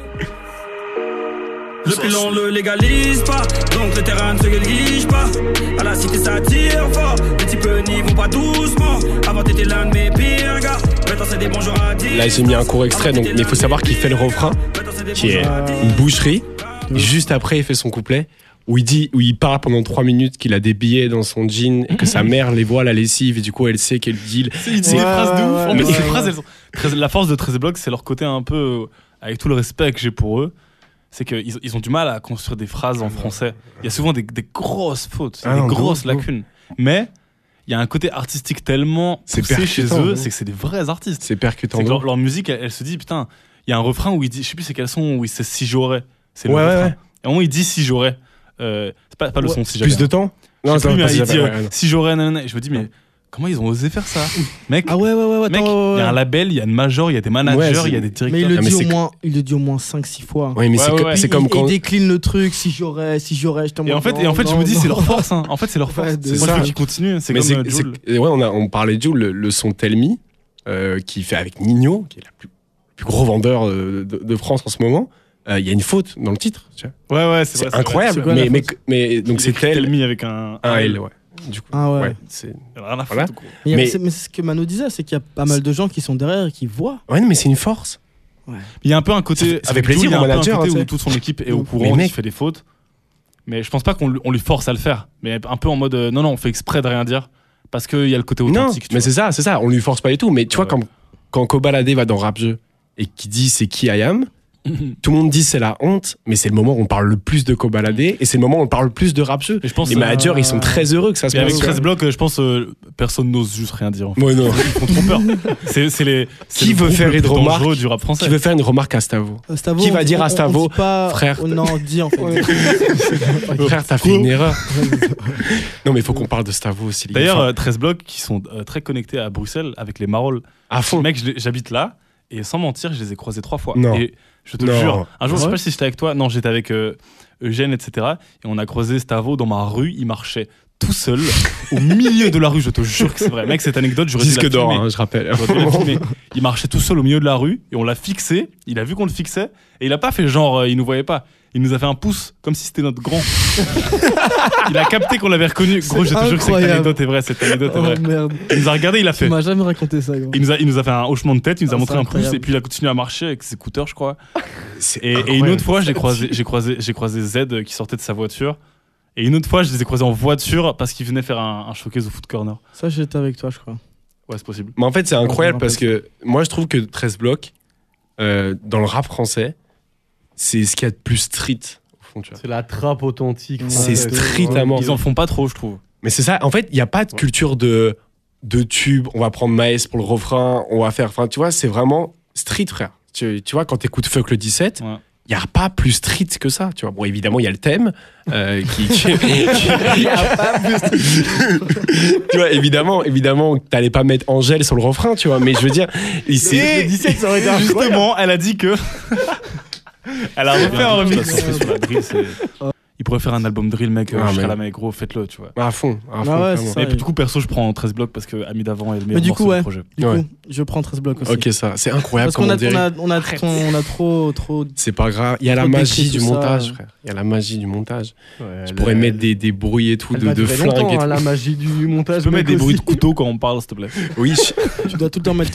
Le pilon le légalise pas, donc le terrain ne se néglige pas. À la cité ça tire fort, les types n'y vont pas doucement. Avant t'étais l'un de mes pires gars, maintenant c'est des bonjours à dire. Là j'ai mis un court extrait, mais il faut savoir qu'il fait le refrain, qui est une boucherie. Et juste après il fait son couplet. où il parle pendant 3 minutes qu'il a des billets dans son jean et que sa mère les voit à la lessive et du coup elle sait quel deal. C'est des phrases de ouf. Mais ces phrases, la force de 13 blocs, c'est leur côté un peu, avec tout le respect que j'ai pour eux, c'est qu'ils ont du mal à construire des phrases en français. Il y a souvent des grosses fautes, des grosses lacunes. Mais il y a un côté artistique tellement poussé chez eux, c'est que c'est des vrais artistes. C'est percutant. C'est que leur musique, elle se dit, putain, il y a un refrain où il dit, je sais plus c'est quel son, où il sait si j'aurais. C'est le refrain. Et à un moment, il dit si j'aurais. C'est pas le son si j'avais. Plus de temps? Non, c'est plus, mais il dit si j'aurais, nanana. Et je me dis, mais comment ils ont osé faire ça? Mec, il y a un label, il y a une major, il y a des managers, il y a des directeurs. Mais il le dit au moins 5-6 fois. Oui, mais c'est comme quand. Il décline le truc, si j'aurais, je t'en. Et en fait, je me dis, c'est leur force. En fait, c'est leur force. C'est ça qui continue. C'est comme Jul. On parlait de Jul, le son Tell Me, qui fait avec Nino, qui est le plus gros vendeur de France en ce moment. Il y a une faute dans le titre. Tu vois. Ouais, c'est incroyable. Mais donc c'est Tell Me avec un L. Ouais. Du coup, c'est rien à foutre. Voilà. Mais c'est ce que Mano disait, c'est qu'il y a pas mal de gens qui sont derrière et qui voient. Ouais, mais c'est une force. Ouais. Il y a un peu un côté avec plaisir au manager où toute son équipe est au courant qu'il fait des fautes. Mais je pense pas qu'on lui force à le faire. Mais un peu en mode non, on fait exprès de rien dire parce qu'il y a le côté authentique. Non, mais c'est ça. On lui force pas du tout. Mais tu vois, quand Kobalade va dans Rap Jeu et qui dit c'est qui I am. Tout le monde dit c'est la honte, mais c'est le moment où on parle le plus de Kobalade et c'est le moment où on parle le plus de Rap Jeu. Les managers, ils sont très heureux que ça se passe. Avec 13 blocs, je pense personne n'ose juste rien dire. En fait. Ouais, non. Ils font trop peur. Qui veut faire une remarque du rap français. Qui veut faire une remarque à Stavo? Qui va dire à Stavo, frère? Non, dis en fait. Frère, t'as fait une erreur. Non, mais il faut qu'on parle de Stavo aussi. D'ailleurs, 13 blocs qui sont très connectés à Bruxelles avec les Marolles. À fond. Mec, j'habite là et sans mentir, je les ai croisés 3 fois. Non. Et je te jure, un jour, je sais pas si j'étais avec toi, non, j'étais avec Eugène, etc. Et on a croisé Stavo dans ma rue, il marchait tout seul au milieu de la rue, je te jure que c'est vrai. Mec, cette anecdote, j'aurais dû la filmer. Disque d'or, je rappelle. Il marchait tout seul au milieu de la rue et on l'a fixé, il a vu qu'on le fixait et il a pas fait genre, il nous voyait pas. Il nous a fait un pouce, comme si c'était notre grand. Il a capté qu'on l'avait reconnu. Gros, je te jure que cette anecdote est vraie. Merde. Il nous a regardé, il a fait. Tu m'as jamais raconté ça, gros. Il nous a fait un hochement de tête, il nous a montré un pouce et puis il a continué à marcher avec ses écouteurs, je crois. Et une autre fois, j'ai croisé Z qui sortait de sa voiture. Et une autre fois, je les ai croisés en voiture parce qu'ils venaient faire un showcase au Foot Corner. Ça, j'étais avec toi, je crois. Ouais, c'est possible. Mais en fait, c'est incroyable parce que moi, je trouve que 13 blocs, dans le rap français, c'est ce qu'il y a de plus street au fond, tu vois. C'est la trappe authentique. C'est street à mort. Ils en font pas trop, je trouve. Mais c'est ça. En fait, il n'y a pas de culture de tube. On va prendre Maes pour le refrain. On va faire. Enfin, tu vois, c'est vraiment street, frère. Tu vois, quand t'écoutes Fuck le 17. Ouais. Il n'y a pas plus street que ça, tu vois. Bon, évidemment, il y a le thème. Il n'y a pas plus street. Tu vois, évidemment, t'allais pas mettre Angèle sur le refrain, tu vois. Mais je veux dire... Le 17, ça aurait été justement, elle a dit que... Elle a refait un remix. Il pourrait faire un album drill, mec. Je serais là, mec, gros, faites-le, tu vois. À fond. Et puis du coup, perso, je prends 13 blocs parce que Ami d'avant est le meilleur morceau du projet. Du coup, je prends 13 blocs aussi. Ok, ça, c'est incroyable. Parce qu'on a trop. C'est pas grave. Il y a la magie du montage, frère. Il y a la magie du montage. Je pourrais mettre des bruits et tout, de flingues et tout. La magie du montage. Tu peux mettre des bruits de couteau quand on parle, s'il te plaît. Oui. Tu dois tout le temps mettre.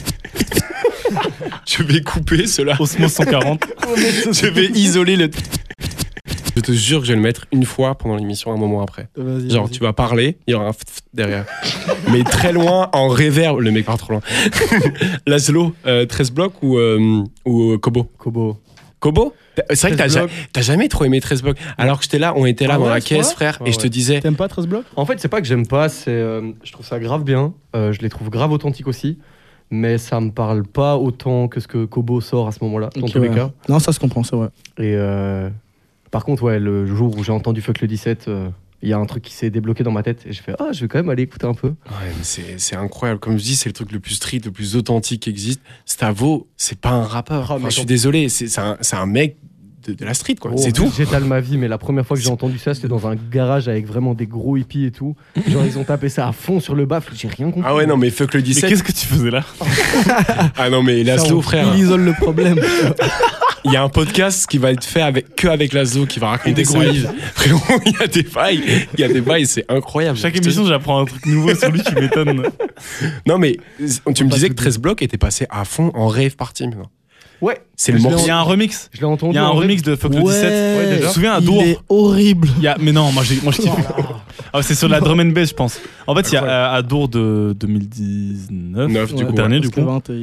Je vais couper cela. Osmos 140. Je vais isoler le. Je te jure que je vais le mettre une fois pendant l'émission, un moment après. Genre, tu vas parler, il y aura un derrière. Mais très loin, en reverb. Le mec part trop loin. Laszlo, 13 blocs ou Kobo? Kobo? C'est vrai que t'as jamais trop aimé 13 blocs. Alors que j'étais là, on était là dans la caisse, frère, et je te disais. T'aimes pas 13 blocs? En fait, c'est pas que j'aime pas, je trouve ça grave bien. Je les trouve grave authentiques aussi. Mais ça me parle pas autant que ce que Kobo sort à ce moment-là, dans tous les cas. Non, ça se comprend, c'est vrai. Et par contre, ouais, le jour où j'ai entendu Fuck le 17, il y a un truc qui s'est débloqué dans ma tête et j'ai fait je vais quand même aller écouter un peu. Ouais, mais c'est incroyable. Comme je dis, c'est le truc le plus street, le plus authentique qui existe. Stavo, c'est pas un rappeur. Je suis désolé, c'est un mec de la street, quoi. C'est tout. J'étale ma vie, mais la première fois que j'ai entendu ça, c'était dans un garage avec vraiment des gros hippies et tout. Genre, ils ont tapé ça à fond sur le baffle, j'ai rien compris. Ah ouais, non, mais Fuck le 17. Mais qu'est-ce que tu faisais là? Ah non, mais Laszlo, frère. Il isole le problème. Il y a un podcast qui va être fait avec Laszlo qui va raconter sa vie. Frérot, il y a des bails, c'est incroyable. Chaque émission, j'apprends un truc nouveau sur lui, tu m'étonnes. Non, mais tu me disais que 13 blocs était passé à fond en rave party maintenant. Ouais. C'est le morceau. Il y a un remix. Je l'ai entendu. Il y a un remix de Fuck le 17. Ouais, déjà. Je me souviens à Il Dour. est horrible. Mais non, moi je kiffe. C'est sur la drum and bass, je pense. En fait, il y a à Dour de 2019, du coup, dernier du coup.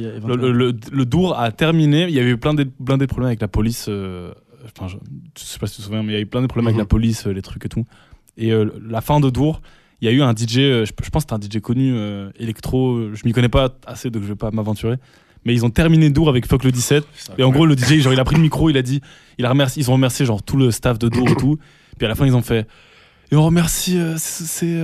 Le Dour a terminé. Il y avait eu plein de problèmes avec la police. Je sais pas si tu te souviens, mais il y a eu plein de problèmes avec la police, les trucs et tout. Et la fin de Dour, il y a eu un DJ, je pense que c'était un DJ connu, électro. Je m'y connais pas assez, donc je vais pas m'aventurer. Mais ils ont terminé Dour avec Fuck le 17. Et en gros, le DJ, genre, il a pris le micro, il a dit, ils ont remercié genre tout le staff de Dour et tout. Puis à la fin, ils ont fait. Et on remercie, tu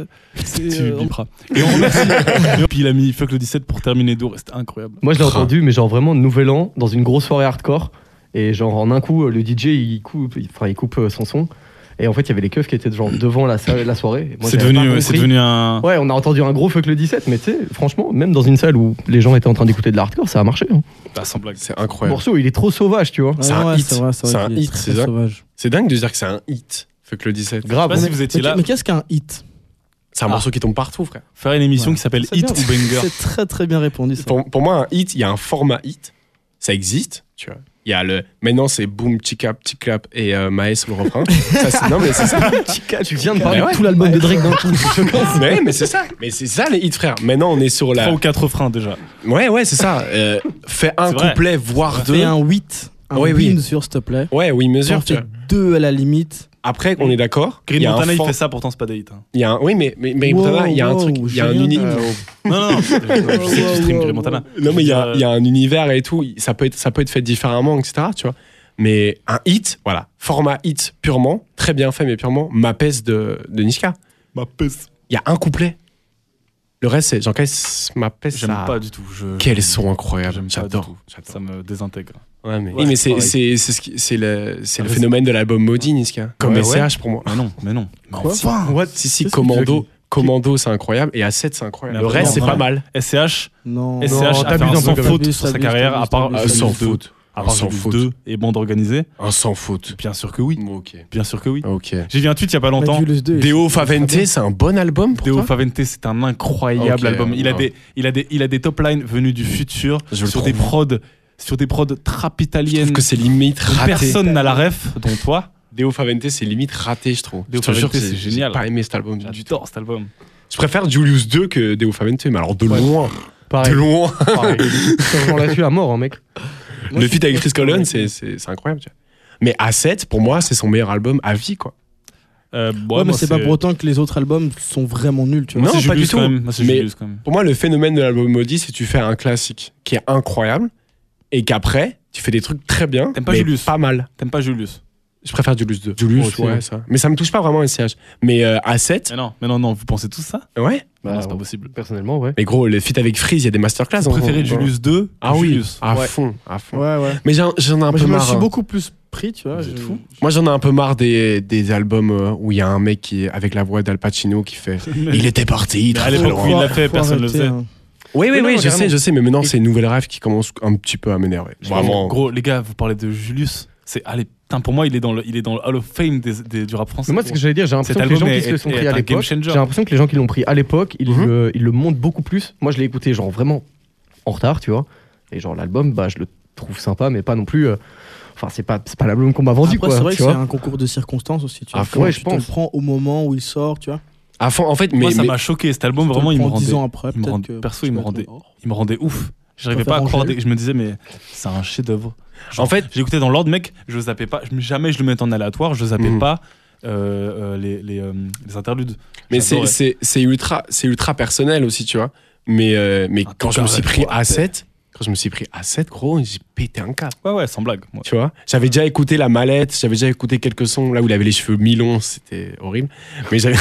biperas. Et on remercie. Et puis il a mis Fuck le 17 pour terminer Dour. C'était incroyable. Moi, je l'ai entendu, mais genre vraiment nouvel an dans une grosse soirée hardcore. Et genre en un coup, le DJ il coupe son son. Et en fait, il y avait les keufs qui étaient genre devant la soirée. Moi, c'est devenu un. Ouais, on a entendu un gros Fuck le 17, mais tu sais, franchement, même dans une salle où les gens étaient en train d'écouter de l'hardcore, ça a marché. Hein. Sans blague. C'est Le incroyable. morceau, il est trop sauvage, tu vois. C'est un hit. C'est un hit, c'est ça. C'est dingue de dire que c'est un hit. Fuck le 17. Grave. Je sais pas si vous étiez là. Mais qu'est-ce qu'un hit? C'est un morceau qui tombe partout, frère. Faire une émission qui s'appelle Hit ou Banger. C'est très très bien répondu ça. Pour moi, un hit, il y a un format hit. Ça existe, tu vois. Il y a maintenant c'est boom, tic-clap, tic-clap et Maes sur le refrain. Non, mais c'est ça. Tu viens de parler de tout l'album de Drake d'un coup. Mais c'est ça. Mais c'est ça les hits, frère. Maintenant, on est sur la. 3 ou 4 refrains déjà. Ouais, c'est ça. Fais un couplet, voire deux. Fais un 8. Oui. Mesure, s'il te plaît. Ouais, oui, mesure. Fais 2 à la limite. Après, on est d'accord. Green Montana, il fait ça, pourtant c'est pas des hits. Il y a oui, mais Montana, il y a un truc, il y a un univers. Non, je sais que tu stream Green Montana. Non, mais il y a un univers et tout. Ça peut être fait différemment, etc. Tu vois. Mais un hit, voilà, format hit purement, très bien fait, mais purement, Ma Peste de Niska. Ma Peste. Il y a un couplet. Le reste, c'est j'encaisse Ma Peste. J'aime pas du tout. Quel son incroyable. J'adore. Ça me désintègre. Ouais, mais c'est le phénomène de l'album Maudit, Niska. Comme SCH pour moi. Mais non. Enfin, si, Commando, c'est incroyable. Et A7, c'est incroyable. Le reste, c'est pas mal. SCH Non. SCH a fait un sans faute sur sa carrière, à part sans faute. À part sans faute 2 et Bande Organisée. Un sans faute. Bien sûr que oui. Ok. Bien sûr que oui. Ok. J'ai vu un tweet il y a pas longtemps. Deo Favente, c'est un bon album pour Deo toi Favente, c'est un incroyable album. Il a des top lines venus du futur sur des prods trap italiennes. Je trouve que c'est limite raté. Personne n'a la ref, dont toi. Deo Favente, c'est limite raté, je trouve. Deo Favente, c'est génial. J'ai pas aimé cet album. J'adore cet album. Je préfère Julius 2 que Deo Favente, mais alors de loin. Pareil. De loin. On l'a tué à mort, hein, mec. Le feat avec Chris Collins, c'est incroyable. Tu vois. Mais A7, pour moi, c'est son meilleur album à vie, quoi. Mais c'est pas pour autant que les autres albums sont vraiment nuls, tu vois. Non, pas du tout. Mais pour moi, le phénomène de l'album Maudit, c'est que tu fais un classique qui est incroyable et qu'après, tu fais des trucs très bien, T'aimes pas mais Julius. pas mal. T'aimes pas Julius? Je préfère Julius 2. Julius, ouais, ça. Mais ça me touche pas vraiment SCH. Mais A7. Mais non, vous pensez tous ça? Ouais. Non, c'est pas possible. Personnellement, ouais. Mais gros, le feat avec Freeze, il y a des masterclass. Vous préférez Julius 2? Ah oui, Julius. à fond. Ouais. Mais j'en ai un peu marre. Je suis beaucoup plus pris, tu vois. Fou. Moi, j'en ai un peu marre des albums où il y a un mec qui, avec la voix d'Al Pacino qui fait il était parti. À l'époque où il l'a fait, personne ne le faisait. Oui, je sais, mais maintenant, c'est une nouvelle rêve qui commence un petit peu à m'énerver. Vraiment. Gros, les gars, vous parlez de Julius. Pour moi, il est dans le Hall of Fame du rap français. Mais moi, ce que j'allais dire, j'ai l'impression que les gens qui se le sont pris à l'époque, j'ai l'impression que les gens qui l'ont pris à l'époque, ils le montent beaucoup plus. Moi, je l'ai écouté genre vraiment en retard, tu vois. Et genre l'album, je le trouve sympa, mais pas non plus. Enfin, c'est pas l'album qu'on m'a vendu, après, quoi. C'est vrai tu que vois. c'est un concours de circonstances aussi, tu vois. Ouais, je pense. Tu le prends au moment où il sort, tu vois. À fond, en fait, moi, ça m'a choqué. Cet album, vraiment, il me rendait. 10 ans après, perso, il me rendait ouf. J'arrivais pas à croire. Je me disais, mais c'est un chef-d'œuvre. En fait, j'écoutais dans l'ordre, mec, je zappais pas. Jamais je le mettais en aléatoire, je zappais pas les interludes. Mais c'est ultra personnel aussi, tu vois. Mais quand je me suis pris A7, gros, j'ai pété un câble. Ouais, sans blague. Moi. Tu vois, j'avais déjà écouté La Mallette, j'avais déjà écouté quelques sons là où il avait les cheveux mi-longs, c'était horrible. Mais j'avais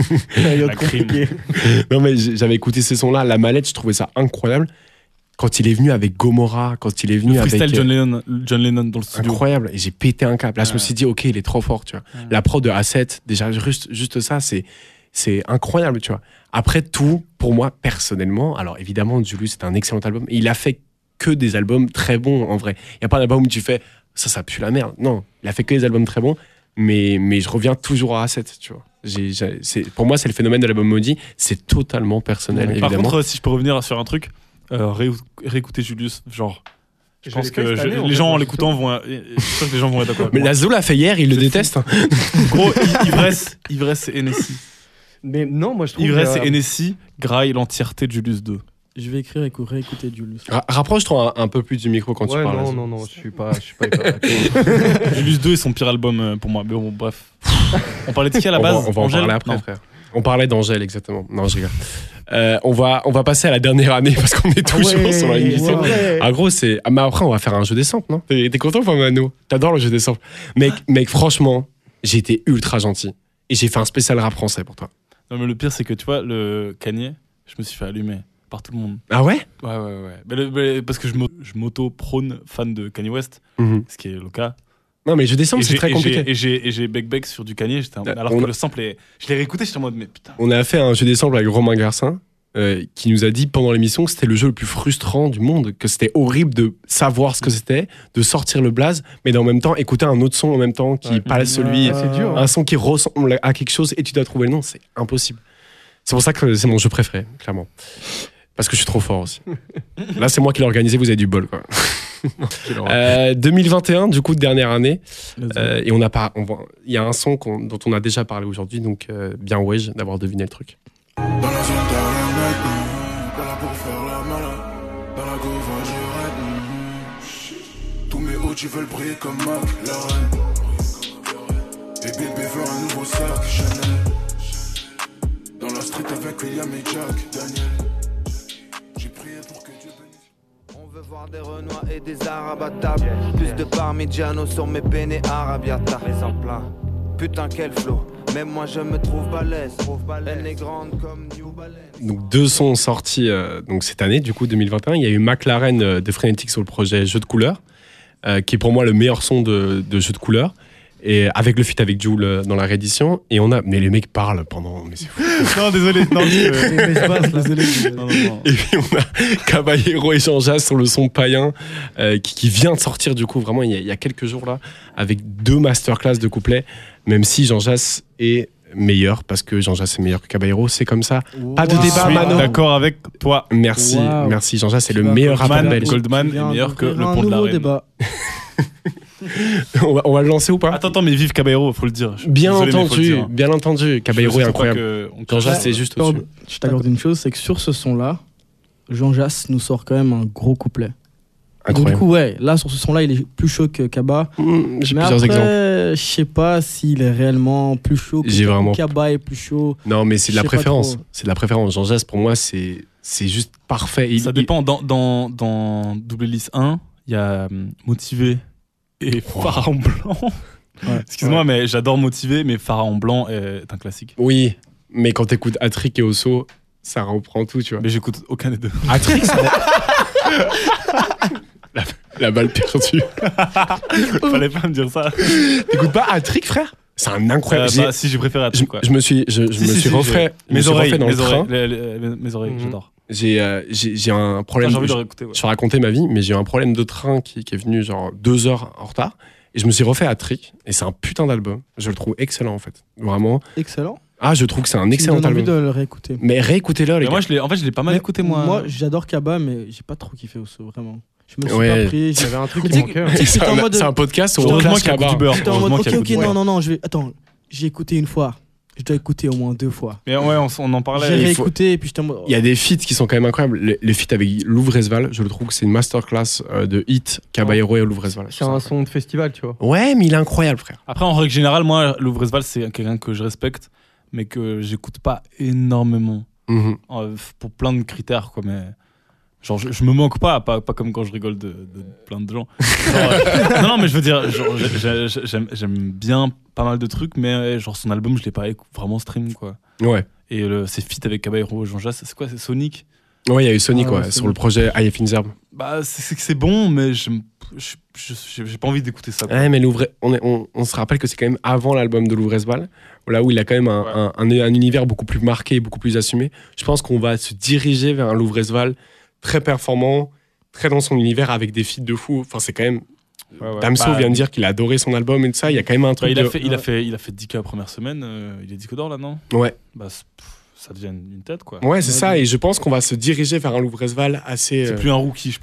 non mais j'avais écouté ces sons-là, La Mallette, je trouvais ça incroyable. Quand il est venu avec Gomorrah, quand il est venu avec John Lennon dans le studio, incroyable. Et j'ai pété un câble. Là, je me suis dit, ok, il est trop fort, tu vois. La prod de A7, déjà juste ça, c'est incroyable, tu vois. Après tout, pour moi personnellement, alors évidemment, Julius c'est un excellent album. Il a fait que des albums très bons en vrai. Il y a pas d'album où tu fais ça pue la merde. Non, il a fait que des albums très bons. Mais je reviens toujours à A7, tu vois. Pour moi, c'est le phénomène de l'album maudit. C'est totalement personnel, évidemment. Par contre, si je peux revenir sur un truc. Réécouter Julius, genre Je pense que les gens en l'écoutant vont être d'accord. Mais Lazo l'a fait hier, il le déteste. Gros, ivresse et Hennessy. Mais non, moi je trouve. Ivresse et Hennessy graille l'entièreté de Julius 2. Je vais écrire et réécouter Julius. Rapproche-toi un peu plus du micro quand tu parles. Non, je suis pas hyper. Julius 2 est son pire album pour moi. Mais bon, bref. On parlait de qui à la base? On va en parler après, frère. On parlait d'Angèle, exactement. Non, je rigole. on va passer à la dernière année parce qu'on est toujours sur la émission. En gros, mais après, on va faire un jeu des samples, non? T'es content ou pas, Mano? T'adores le jeu des samples. Mec, franchement, j'ai été ultra gentil. Et j'ai fait un spécial rap français pour toi. Non, mais le pire, c'est que tu vois, le Kanye, je me suis fait allumer par tout le monde. Ah ouais? Ouais. Mais parce que je m'auto-prône fan de Kanye West, ce qui est le cas. Non, mais je descends, c'est très compliqué. Et j'ai bec sur du Kanye, alors que le sample je l'ai réécouté, j'étais en mode, mais putain. On a fait un jeu des samples avec Romain Garcin, qui nous a dit pendant l'émission que c'était le jeu le plus frustrant du monde, que c'était horrible de savoir ce que c'était, de sortir le blaze, mais en même temps écouter un autre son en même temps qui pas celui, dur, un son qui ressemble à quelque chose et tu dois trouver le nom, c'est impossible. C'est pour ça que c'est mon jeu préféré, clairement. Parce que je suis trop fort aussi. Là, c'est moi qui l'ai organisé, vous avez du bol, quoi. 2021, du coup, dernière année. Et il y a un son dont on a déjà parlé aujourd'hui, donc bien wesh d'avoir deviné le truc. Dans la zone t'as rien mec, pas là pour faire la malin. Dans la gova j'ai tous mes hauts tu veulent briller comme Mac, la reine. Et bébé veut un nouveau sac, Chanel. Dans la street avec William et Jack, Daniel. J'ai prié pour que Dieu bénisse. On veut voir des Renois et des Arabes à table. Plus de Parmigiano sur mes penne arabiata. Les en plat. Putain quel flow. Même moi je me trouve balèze. Elle est grande comme New Balance. Donc 2 sons sortis donc cette année, du coup 2021. Il y a eu McLaren de Frenetic sur le projet Jeu de couleurs, qui est pour moi le meilleur son de Jeu de couleurs. Et avec le feat avec Jul dans la réédition. Et mais les mecs parlent pendant. Mais c'est fou. Non, désolé. Désolé. Non. Et puis on a Caballero et Jean Jass sur le son Païen, qui vient de sortir du coup vraiment il y a quelques jours là, avec 2 masterclass de couplets. Même si Jean Jass est meilleur, parce que Jean Jass est meilleur que Caballero, c'est comme ça. Pas de débat, Mano. D'accord avec toi. Merci Jean Jass, c'est le meilleur rappeur belge. Goldman est meilleur que le pont de la Reine. Débat. on va le lancer ou pas? Attends, mais vive Caballero, faut le dire. Bien entendu. Caballero est incroyable. Jean Jass, c'est juste au-dessus. Je t'accorde une chose, c'est que sur ce son-là, Jean Jass nous sort quand même un gros couplet. Donc, du coup, ouais, là, sur ce son-là, il est plus chaud que Kaba. J'ai mais plusieurs exemples. Je sais pas s'il est réellement plus chaud que Kaba est plus chaud. Non, mais c'est de la préférence. C'est de la préférence. Jean Jass, pour moi, c'est juste parfait. Ça dépend. Dans Double Hélice 1, il y a Motivé et Pharaon Blanc. Ouais. Excuse-moi, mais j'adore Motivé, mais Pharaon Blanc est un classique. Oui, mais quand t'écoutes Attrick et Osso, ça reprend tout, tu vois. Mais j'écoute aucun des deux. Attrick, ça... la balle perdue. Fallait pas me dire ça. T'écoutes pas Attrick, frère? C'est un incroyable. Si, j'ai préféré Attrick, quoi. Je me suis refait mes oreilles dans le train. Mes oreilles, j'adore. J'ai un problème. J'ai envie de réécouter. Je racontais ma vie, mais j'ai eu un problème de train qui est venu genre 2 heures en retard. Et je me suis refait Attrick. Et c'est un putain d'album. Je le trouve excellent, en fait. Vraiment. Excellent. Ah, je trouve que c'est un excellent album. J'ai envie de le réécouter. Mais réécoutez-le, les gars. Moi, je l'ai pas mal écouté, moi. Moi, j'adore Kaba, mais j'ai pas trop kiffé Osso, vraiment. Je me suis pas pris. J'avais un truc qui manquait. C'est un podcast où on classe Kaba. Ok, non, attends, j'ai écouté une fois. Je dois écouter au moins 2 fois. Mais ouais, on en parlait. J'ai réécouté et puis j'étais en mode... Il y a des feats qui sont quand même incroyables. Les feats avec Louvresval, je le trouve que c'est une masterclass de hit, Caballero et Louvresval. C'est un son de festival, tu vois. Ouais, mais il est incroyable, frère. Après, en règle générale, moi, Louvresval, c'est quelqu'un que je respecte, mais que j'écoute pas énormément. Pour plein de critères, quoi, mais... Genre, je me moque pas comme quand je rigole de plein de gens. Genre, non, mais je veux dire, j'aime bien pas mal de trucs, mais genre son album, je l'ai pas vraiment stream, quoi. Ouais. Et ses feats avec Caballero, Jean Jass, c'est quoi? C'est Sonic? Ouais, il y a eu Sonic, sur le projet Aïe Finzerbe. Bah, c'est bon, mais j'ai pas envie d'écouter ça, quoi. Ouais, mais on se rappelle que c'est quand même avant l'album de Louvresval, là où il a quand même un univers beaucoup plus marqué, beaucoup plus assumé. Je pense qu'on va se diriger vers un Louvresval très performant, très dans son univers avec des feats de fou. Enfin, c'est quand même. Damso vient de dire qu'il a adoré son album et tout ça. Il y a quand même un truc. Il a fait 10K la première semaine. Il est disque d'or là, non? Ouais. Bah, ça devient une tête, quoi. Ouais, c'est ça. Et je pense qu'on va se diriger vers un Louvresval assez. C'est plus un rookie, je pense.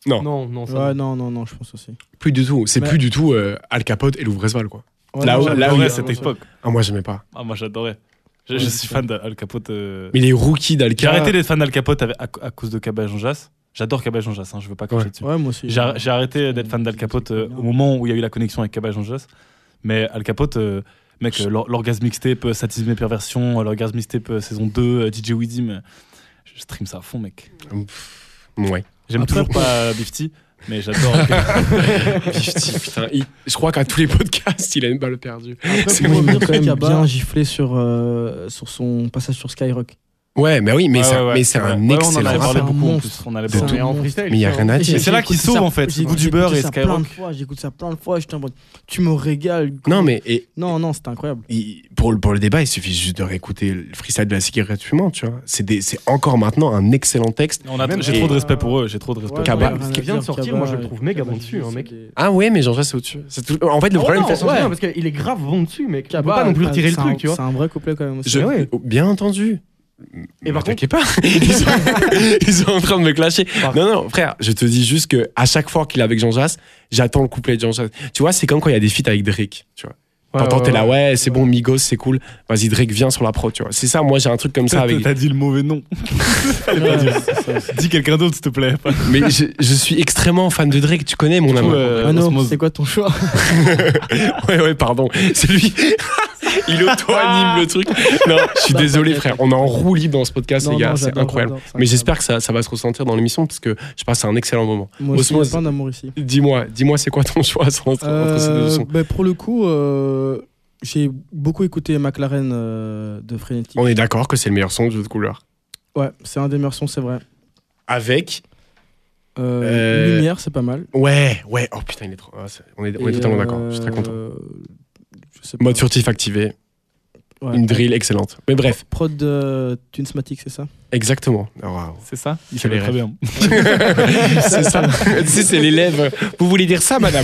Non. Non, ça. Ouais, non, je pense aussi. Plus du tout. C'est plus du tout Al Capote et Louvresval, quoi. Ouais, j'adorais cette époque. Ah, moi, j'aimais pas. Ah, moi, j'adorais. Je suis fan d'Al Capote. Mais les rookies d'Al Capote. J'ai arrêté d'être fan d'Al Capote à cause de Kaba et Jean Jass. J'adore Kaba et Jean Jass, je veux pas cracher dessus. Ouais, moi aussi. J'ai arrêté d'être fan d'Al Capote au moment où il y a eu la connexion avec Kaba et Jean Jass. Mais Al Capote, mec, l'orgasme mixtape, Satisme et Perversion, l'orgasme mixtape saison 2, DJ Weezy, je stream ça à fond, mec. Ouais. J'aime toujours pas Bifty. Mais j'adore. Bifty, putain. Je crois qu'à tous les podcasts, il a une balle perdue. C'est bon, il a quand même bien giflé sur son passage sur Skyrock. Ouais, mais oui, mais c'est un excellent rappeur. Mais il y a rien à dire. C'est là qu'il sauve en fait. Goût du beurre et Skyrock. J'écoute ça plein de fois. J'étais en mode, tu me régales. Non, mais non, c'était incroyable. Pour le débat, il suffit juste de réécouter le freestyle de la cigarette fumante, tu vois. C'est encore maintenant un excellent texte. J'ai trop de respect pour eux. J'ai trop de respect. Kaba, ce qui vient de sortir, moi je le trouve méga bon dessus, mec. Ah ouais, mais Jean-Jacques c'est au-dessus. En fait, le problème, c'est parce qu'il est grave bon dessus, mec. Tu peux pas non plus retirer le truc, tu vois. C'est un vrai couplet quand même. Bien entendu. Et par contre, pas. Ils sont en train de me clasher. Non, frère, je te dis juste que à chaque fois qu'il est avec Jean Jass, j'attends le couplet de Jean Jass. Tu vois, c'est comme quand il y a des feats avec Drake, tu vois. T'entends, t'es là, c'est bon, Migos, c'est cool. Vas-y, Drake, viens sur la prod, tu vois. C'est ça, moi, j'ai un truc comme ça avec. T'as dit le mauvais nom. Dis quelqu'un d'autre, s'il te plaît. Mais je suis extrêmement fan de Drake, tu connais mon amour. non, c'est quoi ton choix? Ouais, pardon. C'est lui. Il auto-anime le truc. Non, je suis désolé, frère. On est en roue libre dans ce podcast, les gars. C'est incroyable. Mais j'espère que ça va se ressentir dans l'émission parce que je passe un excellent moment. Moi aussi, j'ai plein d'amour ici. Dis-moi, c'est quoi ton choix entre ces deux sons? Pour le coup, j'ai beaucoup écouté McLaren de Frenetic. On est d'accord que c'est le meilleur son de jeu de couleur. Ouais, c'est un des meilleurs sons, c'est vrai. Avec Lumière, c'est pas mal. Ouais. Oh putain, il est trop. On est totalement d'accord. Je suis très content. Mode furtif activé. Ouais, une drill excellente. Mais bref. Prod de Tunesmatic, c'est ça? Exactement. C'est ça? Il fait très bien. C'est ça. Tu sais, c'est l'élève. Vous voulez dire ça, madame?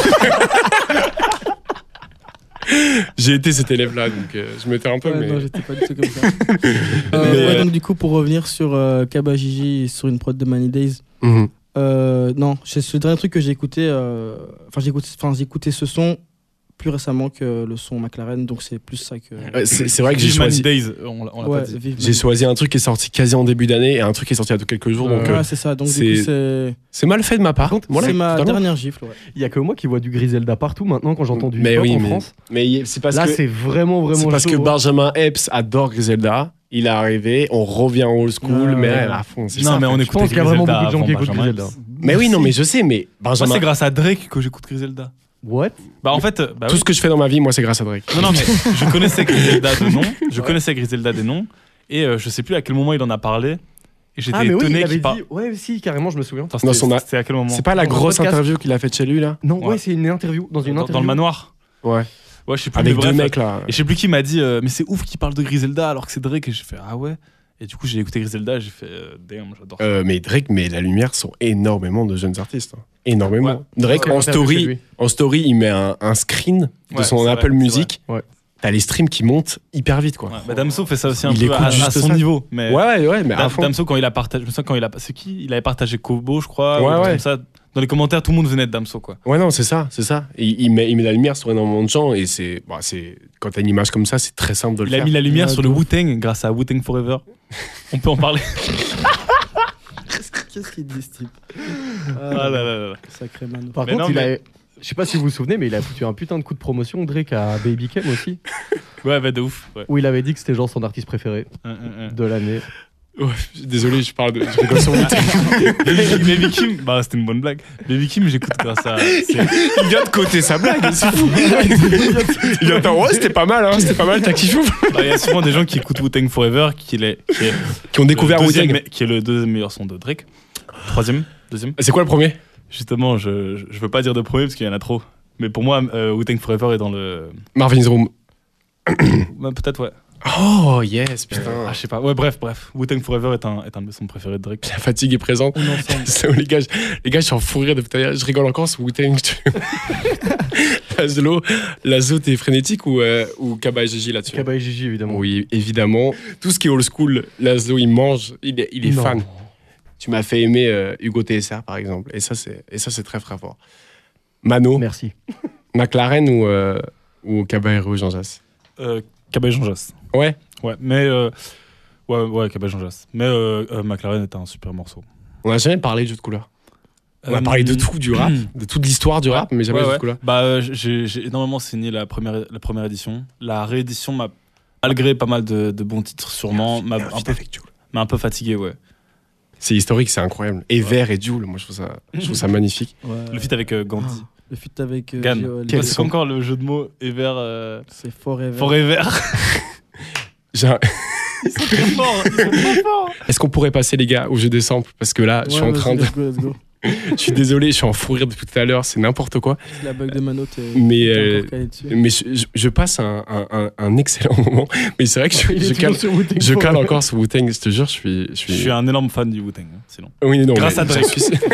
J'ai été cet élève-là, donc je m'étais un peu. Ouais, mais... Non, j'étais pas du tout comme ça. Donc, du coup, pour revenir sur Kaba Gigi, sur une prod de Many Days. Non, c'est le dernier truc que j'ai écouté. J'ai écouté ce son plus récemment que le son McLaren, donc c'est plus ça que. C'est vrai que j'ai choisi. Days, on l'a pas dit. J'ai choisi un truc qui est sorti quasi en début d'année et un truc qui est sorti il y a quelques jours. Donc, c'est ça. Donc, du coup, c'est mal fait de ma part. C'est ma dernière gifle. Ouais. Il y a que moi qui vois du Griselda partout maintenant quand j'entends du hip-hop en France. Mais c'est parce là, que c'est vraiment. C'est parce que Benjamin Epps adore Griselda. Il est arrivé, on revient old school, mais à fond. Non, mais on écoute. Je pense qu'il y a vraiment beaucoup de gens qui écoutent Griselda. Mais oui, non, mais je sais, mais Benjamin. Moi, c'est grâce à Drake que j'écoute Griselda. What? Bah en fait, tout ce que je fais dans ma vie, moi, c'est grâce à Drake. Non, mais je connaissais Griselda de nom. Je connaissais Griselda des noms. Et je sais plus à quel moment il en a parlé. Et j'étais étonné qu'il parle. Ouais, si, carrément, je me souviens. C'était à quel moment? C'est pas la grosse interview qu'il a faite chez lui, là? Non, ouais, c'est une interview. Dans le manoir. Ouais. Ouais, je sais plus. Avec deux mecs, là. Et je sais plus qui m'a dit, mais c'est ouf qu'il parle de Griselda alors que c'est Drake. Et j'ai fait, ah ouais. Et du coup, j'ai écouté Griselda, j'ai fait damn, j'adore ça. Mais Drake, la lumière sont énormément de jeunes artistes. Énormément. Ouais. Drake, en story, il met un screen de son Apple Music. Ouais. T'as les streams qui montent hyper vite, quoi. Ouais, bah Damso fait ça aussi un peu à son niveau. Mais ouais, mais Damso, quand il a partagé, je me souviens quand c'est qui? Il avait partagé Kobo, je crois. Ouais. Comme ça. Dans les commentaires, tout le monde venait de Damso, quoi. Ouais, non, c'est ça. Et il met la lumière sur énormément de gens, et quand t'as une image comme ça, c'est très simple de le faire. Il a mis la lumière sur le Wu-Tang grâce à Wu-Tang Forever. On peut en parler. Qu'est-ce qu'il dit, ce type? Ah là. Sacré man. Par contre, je sais pas si vous vous souvenez, mais il a foutu un putain de coup de promotion, Drake, à Baby Keem aussi. Ouais, de ouf. Ouais. Où il avait dit que c'était genre son artiste préféré de l'année. Ouais, désolé, je rigole sur Baby Keem, c'était une bonne blague. Baby Keem, j'écoute grâce à. Il vient de côté sa blague, c'est fou. Il entend, ouais, c'était pas mal, t'as kiffé. Il y a souvent des gens qui écoutent Wu-Tang Forever, qui ont découvert Wu-Tang, qui est le deuxième meilleur son de Drake. Deuxième. C'est quoi le premier? Justement, je veux pas dire de premier parce qu'il y en a trop. Mais pour moi, Wu-Tang Forever est dans le. Marvin's Room. Peut-être, ouais. Oh yes, putain. Je sais pas. Ouais, bref. Wu-Tang Forever est un de mes sons préférés de Drake. La fatigue est présente. Les gars, je suis en fou rire depuis tout à l'heure. Je rigole encore sur Wu-Tang. Lazo, t'es frénétique ou Kaba et Gigi là-dessus? Kaba et Gigi, évidemment. Oui, évidemment. Tout ce qui est old school, Lazo, il mange. Il est fan. tu m'as fait aimer Hugo TSR par exemple. Et ça c'est très très fort. Mano. Merci. McLaren ou Caballero Jean Jass. Caballero Jean Jass. Ouais. Ouais, mais Caballero Jean Jass. Mais McLaren est un super morceau. On n'a jamais parlé de jeu de couleur. On a parlé de tout du rap, de toute l'histoire du rap, mais jamais de jeu de couleur. Bah, j'ai énormément signé la première édition. La réédition m'a, malgré pas mal de bons titres sûrement, m'a un peu fatigué, ouais. C'est historique, c'est incroyable. Et Vert et Jul, moi je trouve ça magnifique. Ouais. Le feat avec Gandhi. Le feat avec Gann. C'est encore le jeu de mots et Vert. C'est Forever. Forever. Ils sont très forts. Est-ce qu'on pourrait passer les gars au jeu des samples parce que là, je suis en train de. Let's go. Je suis désolé, je suis en fou rire depuis tout à l'heure, c'est n'importe quoi. C'est la bug de Mano, mais je passe un excellent moment. Mais c'est vrai que je cale encore sur Wu-Tang, je te jure, je suis un énorme fan du Wu-Tang, sinon. Oui, non. Grâce à Drake.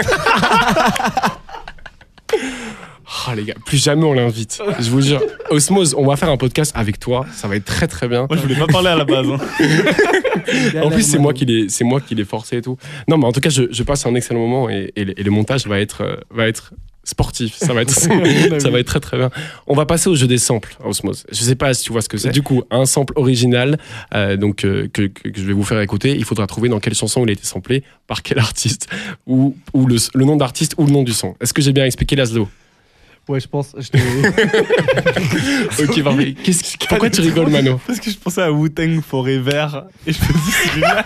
Oh les gars, plus jamais on l'invite. Je vous jure. Osmose, on va faire un podcast avec toi. Ça va être très très bien. Moi je voulais pas parler à la base. En plus c'est moi qui l'ai forcé et tout. Non mais en tout cas je passe un excellent moment et le montage va être sportif. Ça va être très très bien. On va passer au jeu des samples, Osmose. Je sais pas si tu vois ce que c'est. Du coup un sample original que je vais vous faire écouter. Il faudra trouver dans quelle chanson il a été samplé, par quel artiste ou le nom d'artiste ou le nom du son. Est-ce que j'ai bien expliqué Laszlo? Ouais, je pense. Ok, parfait. Pourquoi tu rigoles, Mano? Parce que je pensais à Wu-Tang Forever et je me dis c'est génial.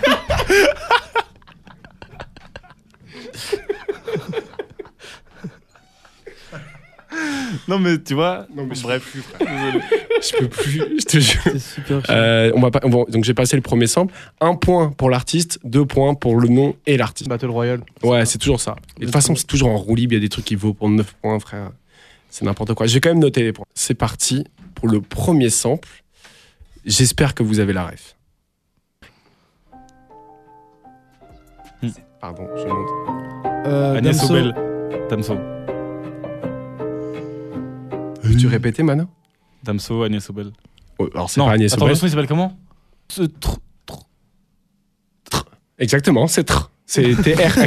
Non mais tu vois. Non mais bref. Désolé. Je peux plus. Je te jure. C'est super chiant. Donc j'ai passé le premier sample. 1 point pour l'artiste, 2 points pour le nom et l'artiste. Battle Royale. Ouais, c'est toujours ça. Et de toute façon, c'est toujours en roue libre. Il y a des trucs qui vaut pour 9 points, frère. C'est n'importe quoi. Je vais quand même noter les points. C'est parti pour le premier sample. J'espère que vous avez la ref. Pardon, je monte. Agnès Obel. Damso. Peux-tu répéter, Mano? Damso, Agnès Obel. Oh, alors c'est pas Agnès Obel. Attends, le son il s'appelle comment? Exactement, c'est tr. C'est TRR.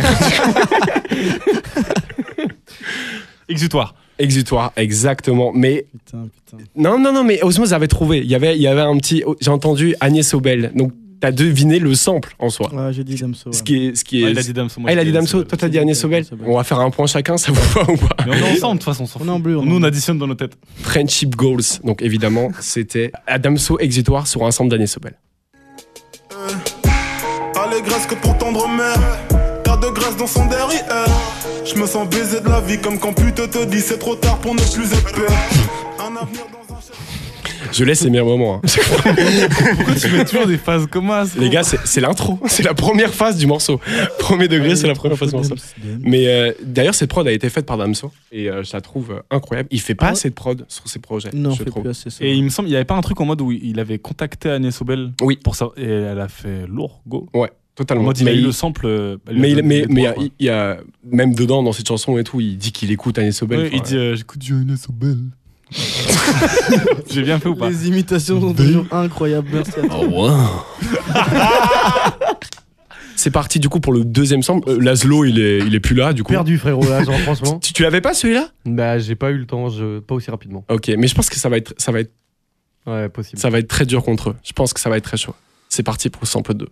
Exutoire, exactement. Mais putain. Non, mais Osmose avait trouvé. Il y avait un petit. J'ai entendu Agnès Obel. Donc t'as deviné le sample en soi. Ouais, j'ai dit Damso. Ouais. Ce qui est. Il a dit Damso. Il a dit Damso. Toi t'as dit Agnès Obel. On va faire un point chacun, ça vous va ou pas? Mais on est ensemble de toute façon. On est en bleu. Nous on additionne dans nos têtes. Friendship Goals. Donc évidemment c'était Damso Exutoire sur un sample d'Agnès Obel. Allégresse que pour tendre mère. De grâce dans son derrière. Je me sens baisé de la vie comme quand pute te dit c'est trop tard pour ne plus être peur. Un avenir dans un chef. Je laisse les meilleurs moments. Hein. Pourquoi tu mets toujours des phases comme ça? Les gars, c'est l'intro. C'est la première phase du morceau. Premier degré, c'est la première phase du morceau. Mais d'ailleurs, cette prod a été faite par Damso. Et je la trouve incroyable. Il fait pas assez de prod sur ses projets. Non, je fait trouve. Plus assez, et il me semble, il y avait pas un truc en mode où il avait contacté Agnès Obel. Oui. Pour ça. Et elle a fait lourd, go. Ouais. Totalement. En mode, il a eu le sample. Mais il y a même dedans dans cette chanson et tout, il dit qu'il écoute Agnès Obel. Ouais, il dit j'écoute du Agnès Obel. J'ai bien fait ou pas? Les imitations sont toujours incroyables. Merci à toi. Oh wow. C'est parti du coup pour le deuxième sample. Laszlo il est plus là du coup. Perdu frérot là, genre franchement. Tu l'avais pas celui-là? Bah j'ai pas eu le temps, pas aussi rapidement. Ok, mais je pense que ça va être ouais, possible. Ça va être très dur contre eux. Je pense que ça va être très chaud. C'est parti pour le sample 2.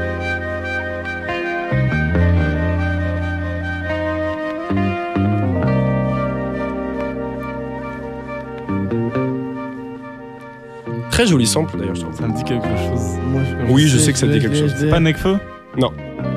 Très joli sample d'ailleurs, je trouve. Ça me dit quelque chose. Oui, je sais que ça te dit quelque chose. C'est pas Nekfeu? Non.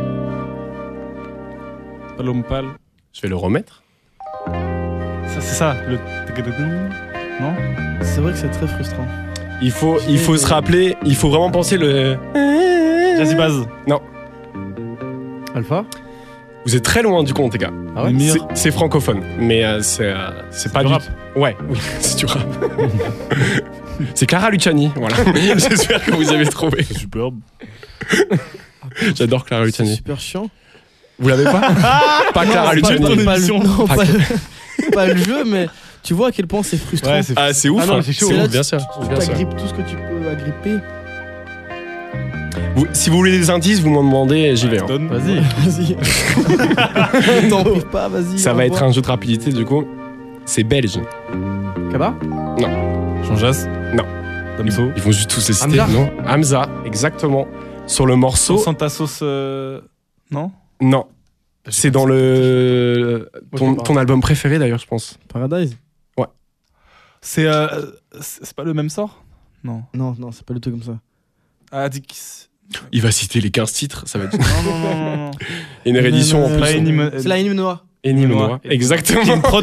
Palompal. Je vais le remettre. Ça, c'est ça. Non? C'est vrai que c'est très frustrant. Il faut se rappeler, il faut vraiment penser le. Jazzy Baz. Non. Alpha? Vous êtes très loin du compte, les gars. Ah ouais? C'est francophone, mais c'est pas du rap. Ouais, oui, c'est du rap. C'est Clara Luciani, voilà. J'espère que vous avez trouvé. C'est superbe. J'adore Clara Luciani. C'est super chiant. Vous l'avez pas? Pas Clara Luciani. Pas le jeu, mais tu vois à quel point c'est frustrant. Ouais, c'est ouf. Ah non, c'est chaud. Bien sûr. Tu agrippes tout ce que tu peux agripper. Si vous voulez des indices, vous m'en demandez, j'y vais. Vas-y. T'en prive pas, vas-y. Ça va être un jeu de rapidité, du coup. C'est belge. Kaba ? Non. Jean-Jas ? Non. Damso ? Ils vont juste tous les citer, Hamza ? non ? Hamza, exactement. Sur le morceau. Santa Sauce. Non ? Non. C'est dans ton album préféré, d'ailleurs, je pense. Paradise ? Ouais. C'est pas le même sort ? Non. Non, c'est pas du tout comme ça. Addix. Il va citer les 15 titres, ça va être Non. une réédition en plus. C'est la Énigme Noire. Énigme Noire. Exactement. Qui est une prod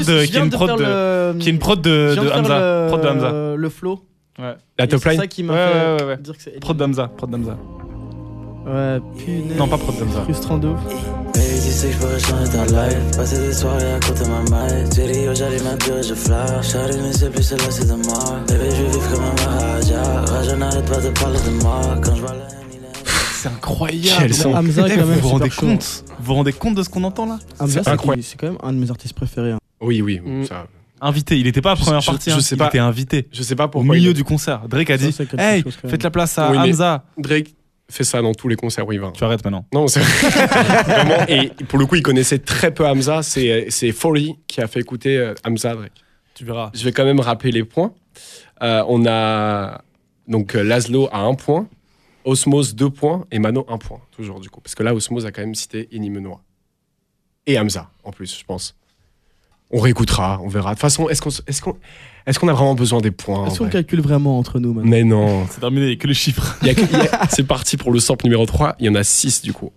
de Hamza. Prod de Hamza. Le flow. Ouais. La top line. C'est ça qui m'a fait dire que c'est Prod d'Hamza. Ouais, punaise. Non, pas Prod d'Hamza. Frustrant de ouf. Baby, tu sais que je pourrais changer ta life. Passer des soirées à côté de ma maille. J'ai dit, j'allais m'appuyer, je flash. Charlie, mais c'est plus celle-là, c'est de moi. Bébé, je vais vivre comme un Maharaja. Je n'arrête pas de parler de moi. Quand je vois la c'est incroyable. Hamza, quand même, vous vous rendez compte de ce qu'on entend là? Hamza, c'est quand même un de mes artistes préférés. Hein. Oui. Ça... Invité, il était pas à la première partie. Je sais pas. Il était invité. Je sais pas pourquoi. Au milieu du concert. Drake a dit hey, faites la place à Hamza. Drake fait ça dans tous les concerts où il va. Tu arrêtes maintenant. Non, c'est vraiment. Et pour le coup, il connaissait très peu Hamza. C'est Foley qui a fait écouter Hamza, Drake. Tu verras. Je vais quand même rappeler les points. On a donc Laszlo à 1 point, Osmose 2 points et Mano 1 point, toujours du coup. Parce que là, Osmose a quand même cité Énigme Noire. Et Hamza, en plus, je pense. On réécoutera, on verra. De toute façon, est-ce qu'on a vraiment besoin des points? Est-ce qu'on calcule vraiment entre nous maintenant? Mais non. C'est terminé, il n'y a que les chiffres. C'est parti pour le sample numéro 3. Il y en a 6 du coup.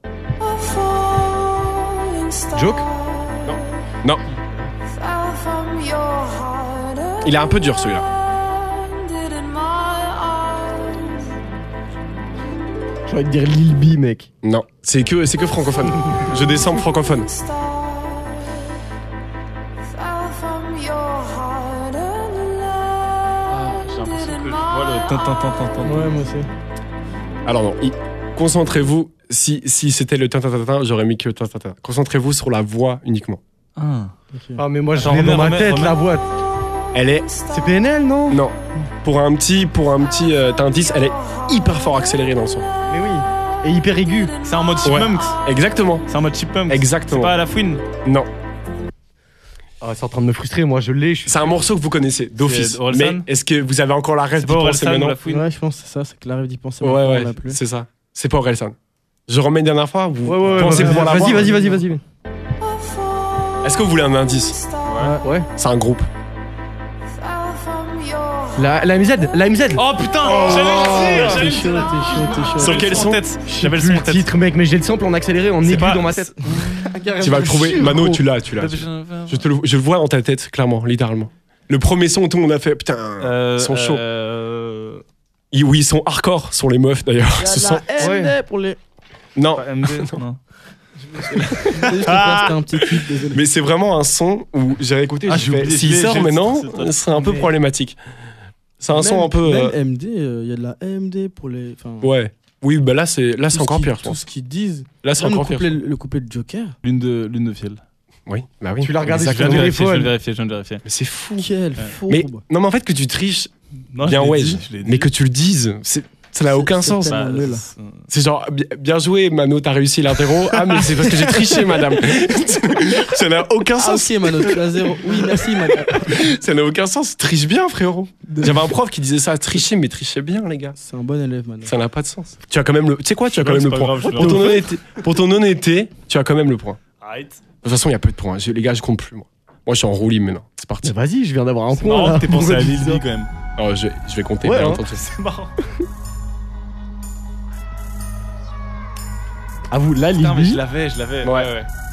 Joke? Non. Il est un peu dur celui-là. J'ai envie de dire Lil B, mec. Non, c'est que francophone. Je descends francophone. Ouais, moi aussi. Alors non, concentrez-vous. Si c'était le tintin, j'aurais mis que tintin. Concentrez-vous sur la voix uniquement. Ah mais moi j'en ai dans ma tête la boîte. Elle est. C'est PNL, non? Non. Pour un petit indice, elle est hyper fort accélérée dans le son. Mais oui. Et hyper aiguë. C'est en mode chipmunks. Ouais. Exactement. C'est en mode chipmunks. Exactement. C'est pas à la fouine. Non. Ah, c'est en train de me frustrer, moi je l'ai. C'est un morceau que vous connaissez d'office. Mais est-ce que vous avez encore la rêve d'y penser maintenant? Ouais, je pense que c'est ça, c'est que la rêve d'y penser. Ouais, c'est ça. C'est pas Orelsan. Je remets une dernière fois. Vous ouais, pensez pouvoir la voir? Vas-y. Est-ce que vous voulez un indice? Ouais. C'est un groupe. La MZ. Oh putain, j'allais le dire. T'es chaud. Sur quel son? J'avais le son en tête. Titre, mec, mais j'ai le sample en accéléré, en aigu dans ma tête. Tu vas le trouver. Mano, tu l'as. Je le vois dans ta tête, clairement, littéralement. Le premier son, tout le monde a fait. Putain, ils sont chauds. Oui, ils sont hardcore, sont les meufs d'ailleurs. MD pour les. Non. MD, non. C'était un petit clip, désolé. Mais c'est vraiment un son où j'ai écouté. S'il sort maintenant, ce serait un peu problématique. C'est un son un peu. Même MD, il y a de la MD pour les. Ouais. Oui, bah là c'est encore pire. Tout ce qu'ils disent. Là c'est encore pire. Le couplet de Joker. Lune de fiel. Oui, bah oui. Tu l'as regardé sur je viens de vérifier. Mais c'est fou. Quelle fourbe. Mais non, mais en fait que tu triches. Non, bien ouais. Mais que tu le dises, ça n'a aucun sens. C'est genre, bien joué, Mano, t'as réussi l'interro. Ah, mais c'est parce que j'ai triché, madame. Ça n'a aucun sens. Ok, Mano, tu as 0. Oui, merci, madame. Ça n'a aucun sens. Triche bien, frérot. J'avais un prof qui disait ça, tricher, mais trichez bien, les gars. C'est un bon élève, Mano. Ça n'a pas de sens. Tu as quand même le. Tu sais quoi, tu as quand même le point. Pour ton honnêteté, tu as quand même le point. De toute façon, il y a peu de points. Les gars, je compte plus, moi. Moi, je suis en roue libre maintenant. C'est parti. Vas-y, je viens d'avoir un point. C'est marrant que t'aies pensé à Lil B quand même. Alors, je vais compter, bien entendu. C'est marrant. Ah vous, là, Lil B. Mais je l'avais. Ouais.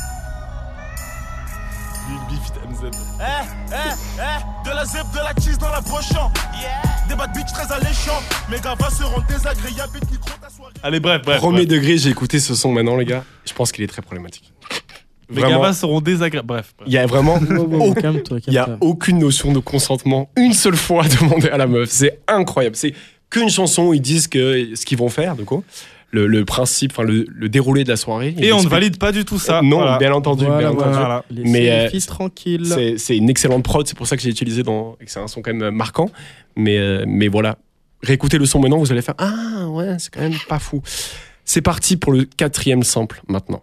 Lil B fit MZ. De la zeb, de la cheese dans la brochant. Des bad bitch très alléchants. Mes gars seront désagréables. Allez, bref. Premier degré, j'ai écouté ce son maintenant, les gars. Je pense qu'il est très problématique. Les gavas seront désagréables. Bref. Il y a vraiment calme-toi. Il y a aucune notion de consentement. Une seule fois demandé à la meuf. C'est incroyable. C'est qu'une chanson où ils disent ce qu'ils vont faire, du coup. Le principe, enfin le déroulé de la soirée. Et on ne valide pas du tout ça. Non, bien entendu. Voilà. Mais fils tranquille. C'est une excellente prod. C'est pour ça que j'ai utilisé et que c'est un son quand même marquant. Mais voilà. réécoutez le son maintenant, vous allez faire ah ouais, c'est quand même pas fou. C'est parti pour le 4e sample maintenant.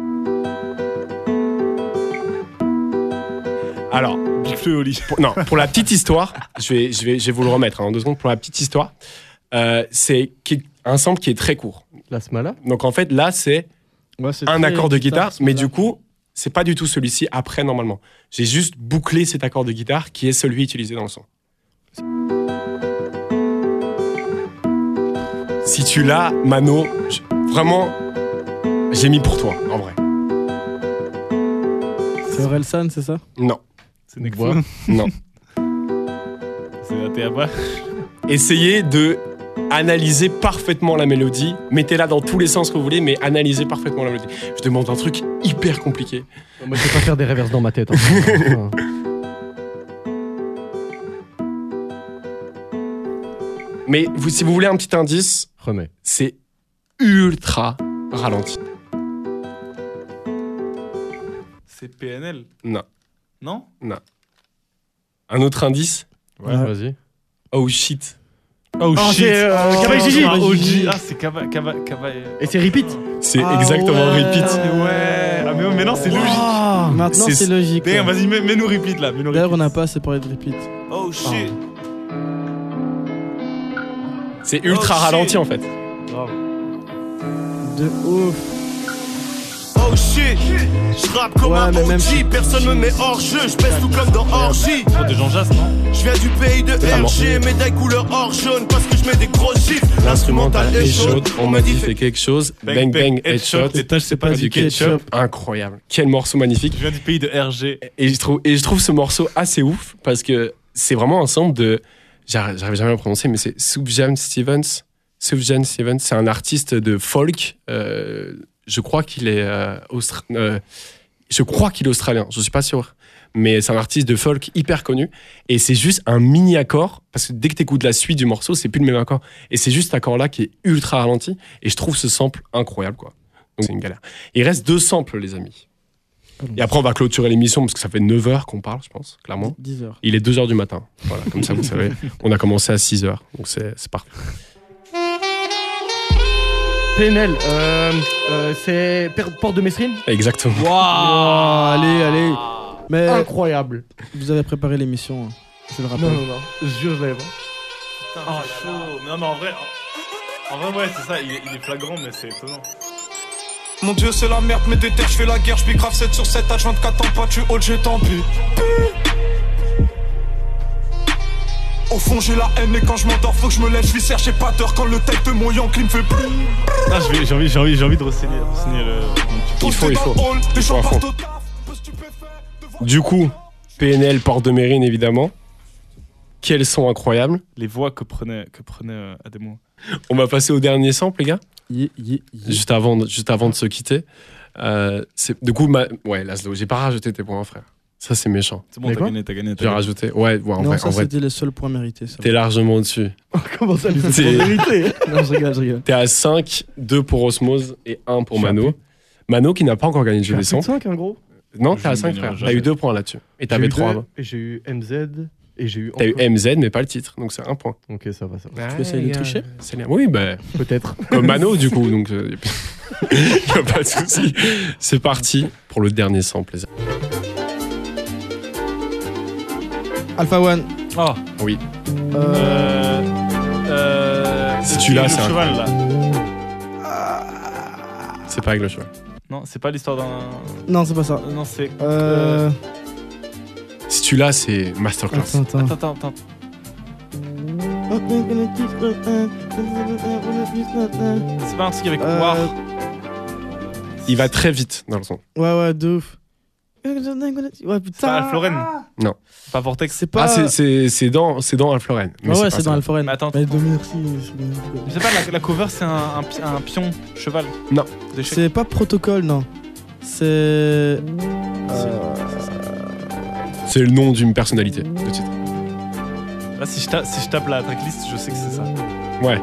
Alors, Big Flo et Oli. Pour la petite histoire, je vais vous le remettre en 2 secondes. Pour la petite histoire, c'est un sample qui est très court. La Smala. Donc en fait, là, c'est un accord de guitare, mais du coup, c'est pas du tout celui-ci après normalement. J'ai juste bouclé cet accord de guitare qui est celui utilisé dans le son. Si tu l'as, Mano, vraiment, j'ai mis pour toi, en vrai. C'est Orelsan, c'est ça? Non. C'est Nekfeu? Non. C'est ATABA? Essayez de analyser parfaitement la mélodie. Mettez-la dans tous les sens que vous voulez, mais analysez parfaitement la mélodie. Je demande un truc hyper compliqué. Moi, je peux pas faire des reverses dans ma tête. Hein. Mais si vous voulez un petit indice, remets. C'est ultra ralenti. C'est PNL? Non. Non? Non. Un autre indice? Ouais, vas-y. Oh shit. Oh shit. C'est Kaba Gigi. Ah, c'est Kaba. Et c'est Repeat. C'est exactement Repeat. Ouais. Ah, mais non, c'est logique. Maintenant, c'est logique. D'ailleurs, vas-y, mets-nous Repeat là. D'ailleurs, on n'a pas assez parlé de Repeat. Oh shit. C'est ultra ralenti en fait. De ouf. Oh shit, je rappe comme un OG, personne me met hors jeu, je pèse tout comme dans Orgy. C'est de Jean Jass, non? Je viens du pays de RG, médaille couleur or jaune, parce que je mets des gros chiffres. L'instrumental est chaude, on m'a dit fais quelque chose, bang bang headshot. Les tâches c'est pas du ketchup. Incroyable, quel morceau magnifique. Je viens du pays de RG. Et je trouve ce morceau assez ouf, parce que c'est vraiment un sample de... J'arrive jamais à le prononcer, mais c'est Sufjan Stevens. Sufjan Stevens, c'est un artiste de folk. Je crois qu'il est australien. Je suis pas sûr. Mais c'est un artiste de folk hyper connu. Et c'est juste un mini accord, parce que dès que t'écoutes la suite du morceau, c'est plus le même accord. Et c'est juste cet accord-là qui est ultra ralenti. Et je trouve ce sample incroyable, quoi. Donc c'est une galère. Il reste 2 samples, les amis. Et après, on va clôturer l'émission parce que ça fait 9h qu'on parle, je pense, clairement. 10h. Il est 2h du matin. Voilà, comme ça, vous savez. On a commencé à 6h. Donc c'est parfait. PNL, c'est Porte de Mesrine. Exactement. Waouh, allez. Mais incroyable. Vous avez préparé l'émission, hein. Je le rappelle. Non. Je jure, je l'avais pas. Putain, c'est chaud. Non, mais en vrai, ouais, c'est ça. Il est flagrant, mais c'est étonnant. Mon dieu c'est la merde, mais des têtes, je fais la guerre, je grave 7 sur 7, H24 t'en pas, tu hold, j'ai tant pis. Au fond j'ai la haine et quand je m'endors faut que je me lève, je vis j'ai pas peur quand le tête de mon Yankee me fait plus. Ah j'ai envie de re-signer le... Il faut. Du coup, PNL, Porte de Mérine évidemment. Quels sont incroyables. Les voix que prenait Ademo. On va passer au dernier sample les gars. Juste avant de se quitter. Du coup, ouais Laszlo, j'ai pas rajouté tes points frère. Ça c'est méchant. C'est bon, t'as gagné. J'ai rajouté. Ouais, en vrai. C'était le seul point mérité. T'es largement au-dessus. Comment ça, les seuls points mérités? Non, je rigole. T'es à 5, 2 pour Osmose et 1 pour Mano. Mano qui n'a pas encore gagné le jeu des sons. 5 en gros. Non, t'es à 5 frère. T'as eu 2 points là-dessus. Et t'avais 3 avant. Et j'ai eu MZ. Et j'ai eu. T'as eu MZ mais pas le titre, donc c'est 1 point. Ok, ça va. Tu essayes de tricher? C'est bien. Oui, bah. Peut-être. Comme Mano du coup, donc. Y a pas de souci. C'est parti pour le dernier sample, les amis. Alpha One. Oh oui. Si tu l'as, c'est un cheval là. C'est pas avec le cheval. Non, c'est pas l'histoire d'un. Non, c'est pas ça. Non, c'est. Si tu l'as, c'est Masterclass. Attends. C'est pas un truc avec War. Il va très vite dans le son. Ouais, de ouf. Ouais, putain. C'est pas Alfloren. Non. Pas Vortex. C'est pas. Ah, c'est dans Alfloren. Ouais, c'est dans Alfloren. Mais attends. Merci. Je sais pas, la cover, c'est un pion cheval. Non. C'est pas Protocole, non. C'est. C'est le nom d'une personnalité, le titre. Là, si je tape la tracklist, je sais que c'est ça. Ouais.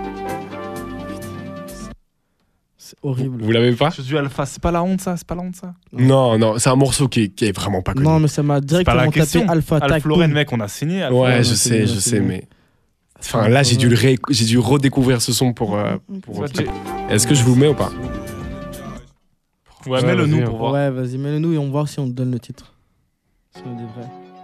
C'est horrible. Vous l'avez pas? Je suis Alpha. C'est pas la honte, ça? Non, c'est un morceau qui est vraiment pas connu. Non, mais ça m'a directement tapé Alpha Tag. Alfloren, mec, on a signé. Ouais, je sais, mais. Enfin, là, j'ai dû redécouvrir ce son pour Est-ce que je vous le mets ou pas? Ouais, mets-le nous pour voir. Ouais, vas-y, mets-le nous et on va voir si on te donne le titre. Si on est vrai.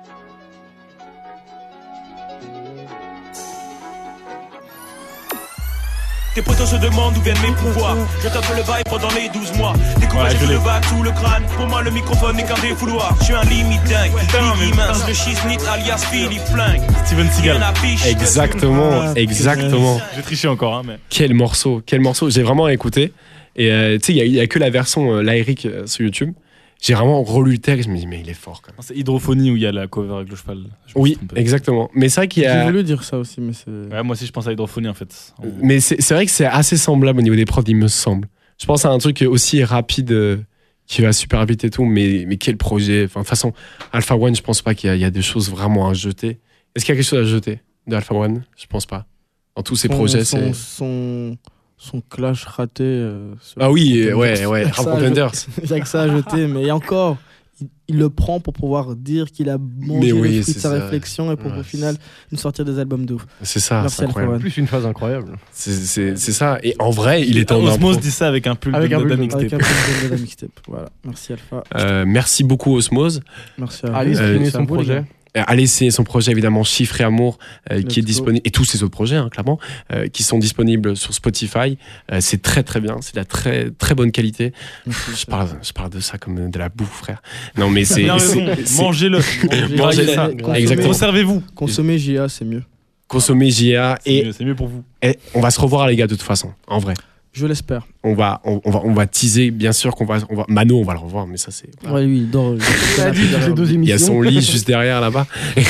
Tes potos se demandent d'où viennent mes pouvoirs. Je tape le bail pendant les 12 mois. Découvert, j'ai le bas sous le crâne. Pour moi, le microphone n'est qu'un défouloir. Je suis un limite dingue. Biggie mince, le schisnite alias Philippe Flingue. Steven Seagal. Exactement. J'ai triché encore, hein, mais. Quel morceau. J'ai vraiment écouté. Et tu sais, il y a que la version lyrique sur YouTube. J'ai vraiment relu le texte, je me dis, mais il est fort quand même. C'est Hydrophonie où il y a la cover avec le cheval. Oui, exactement. Mais c'est vrai qu'il y a. J'ai voulu dire ça aussi, mais c'est. Ouais, moi aussi, je pense à Hydrophonie en fait. Mais c'est vrai que c'est assez semblable au niveau des prods, il me semble. Je pense à un truc aussi rapide, qui va super vite et tout, mais quel projet. Enfin, de toute façon, Alpha One, je pense pas qu'il y a des choses vraiment à jeter. Est-ce qu'il y a quelque chose à jeter de Alpha One? Je pense pas. Dans tous ces projets, c'est. Son clash raté. Ah oui, ouais, Rap Contenders. Il n'y a que ça à jeter, mais encore, il le prend pour pouvoir dire qu'il a mangé le fruit de sa réflexion et pour au final nous sortir des albums de ouf. C'est ça, c'est incroyable. Plus une phase incroyable. C'est ça, et en vrai, il est en Osmose dit ça avec un pull de mixtape. Voilà, merci Alpha. Merci beaucoup Osmose. Merci à Allez streamer son projet. Allez essayer son projet évidemment Chiffre et Amour qui est disponible, et tous ses autres projets clairement qui sont disponibles sur Spotify. C'est très très bien, c'est de la très très bonne qualité. Je parle de ça comme de la bouffe, frère. Non mais c'est mangez-le. Exactement. Conservez-vous. Consommer JA, c'est mieux. Consommer JA et c'est mieux pour vous. Et on va se revoir les gars de toute façon, en vrai. Je l'espère. On va teaser, bien sûr qu'on va Mano, on va le revoir, mais ça c'est. Ouais, lui, il dort. Il y a son lit juste derrière là-bas.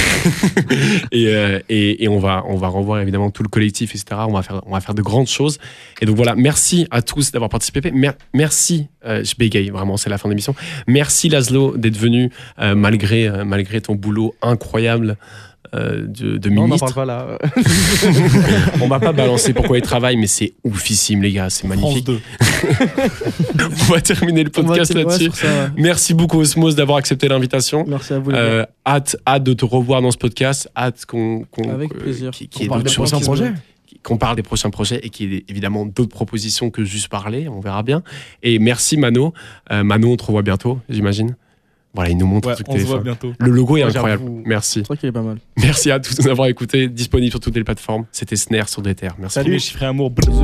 et on va revoir évidemment tout le collectif, etc. On va faire de grandes choses. Et donc voilà, merci à tous d'avoir participé. Merci, je bégaye vraiment, c'est la fin de l'émission. Merci Laszlo d'être venu malgré ton boulot incroyable. De non, ministre. on n'en parle pas là. On va pas balancer pourquoi il travaille, mais c'est oufissime les gars, c'est magnifique. On va terminer le podcast là-dessus. Merci beaucoup Osmose d'avoir accepté l'invitation. Merci à vous. Hâte de te revoir dans ce podcast. Hâte avec plaisir. Qu'on parle des prochains projets. Qu'on parle des prochains projets et qu'il y ait évidemment d'autres propositions que juste parler. On verra bien. Et merci Mano. Mano, on te revoit bientôt, j'imagine. Voilà, il nous montre on se voit bientôt. Le logo est incroyable. Merci. Je crois qu'il est pas mal. Merci à tous de nous avoir écoutés. Disponible sur toutes les plateformes. C'était Snare sur Déter. Merci. Salut, Chiffre et Amour. Bisous.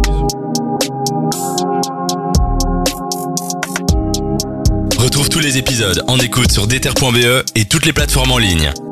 Retrouve tous les épisodes en écoute sur Déter.be et toutes les plateformes en ligne.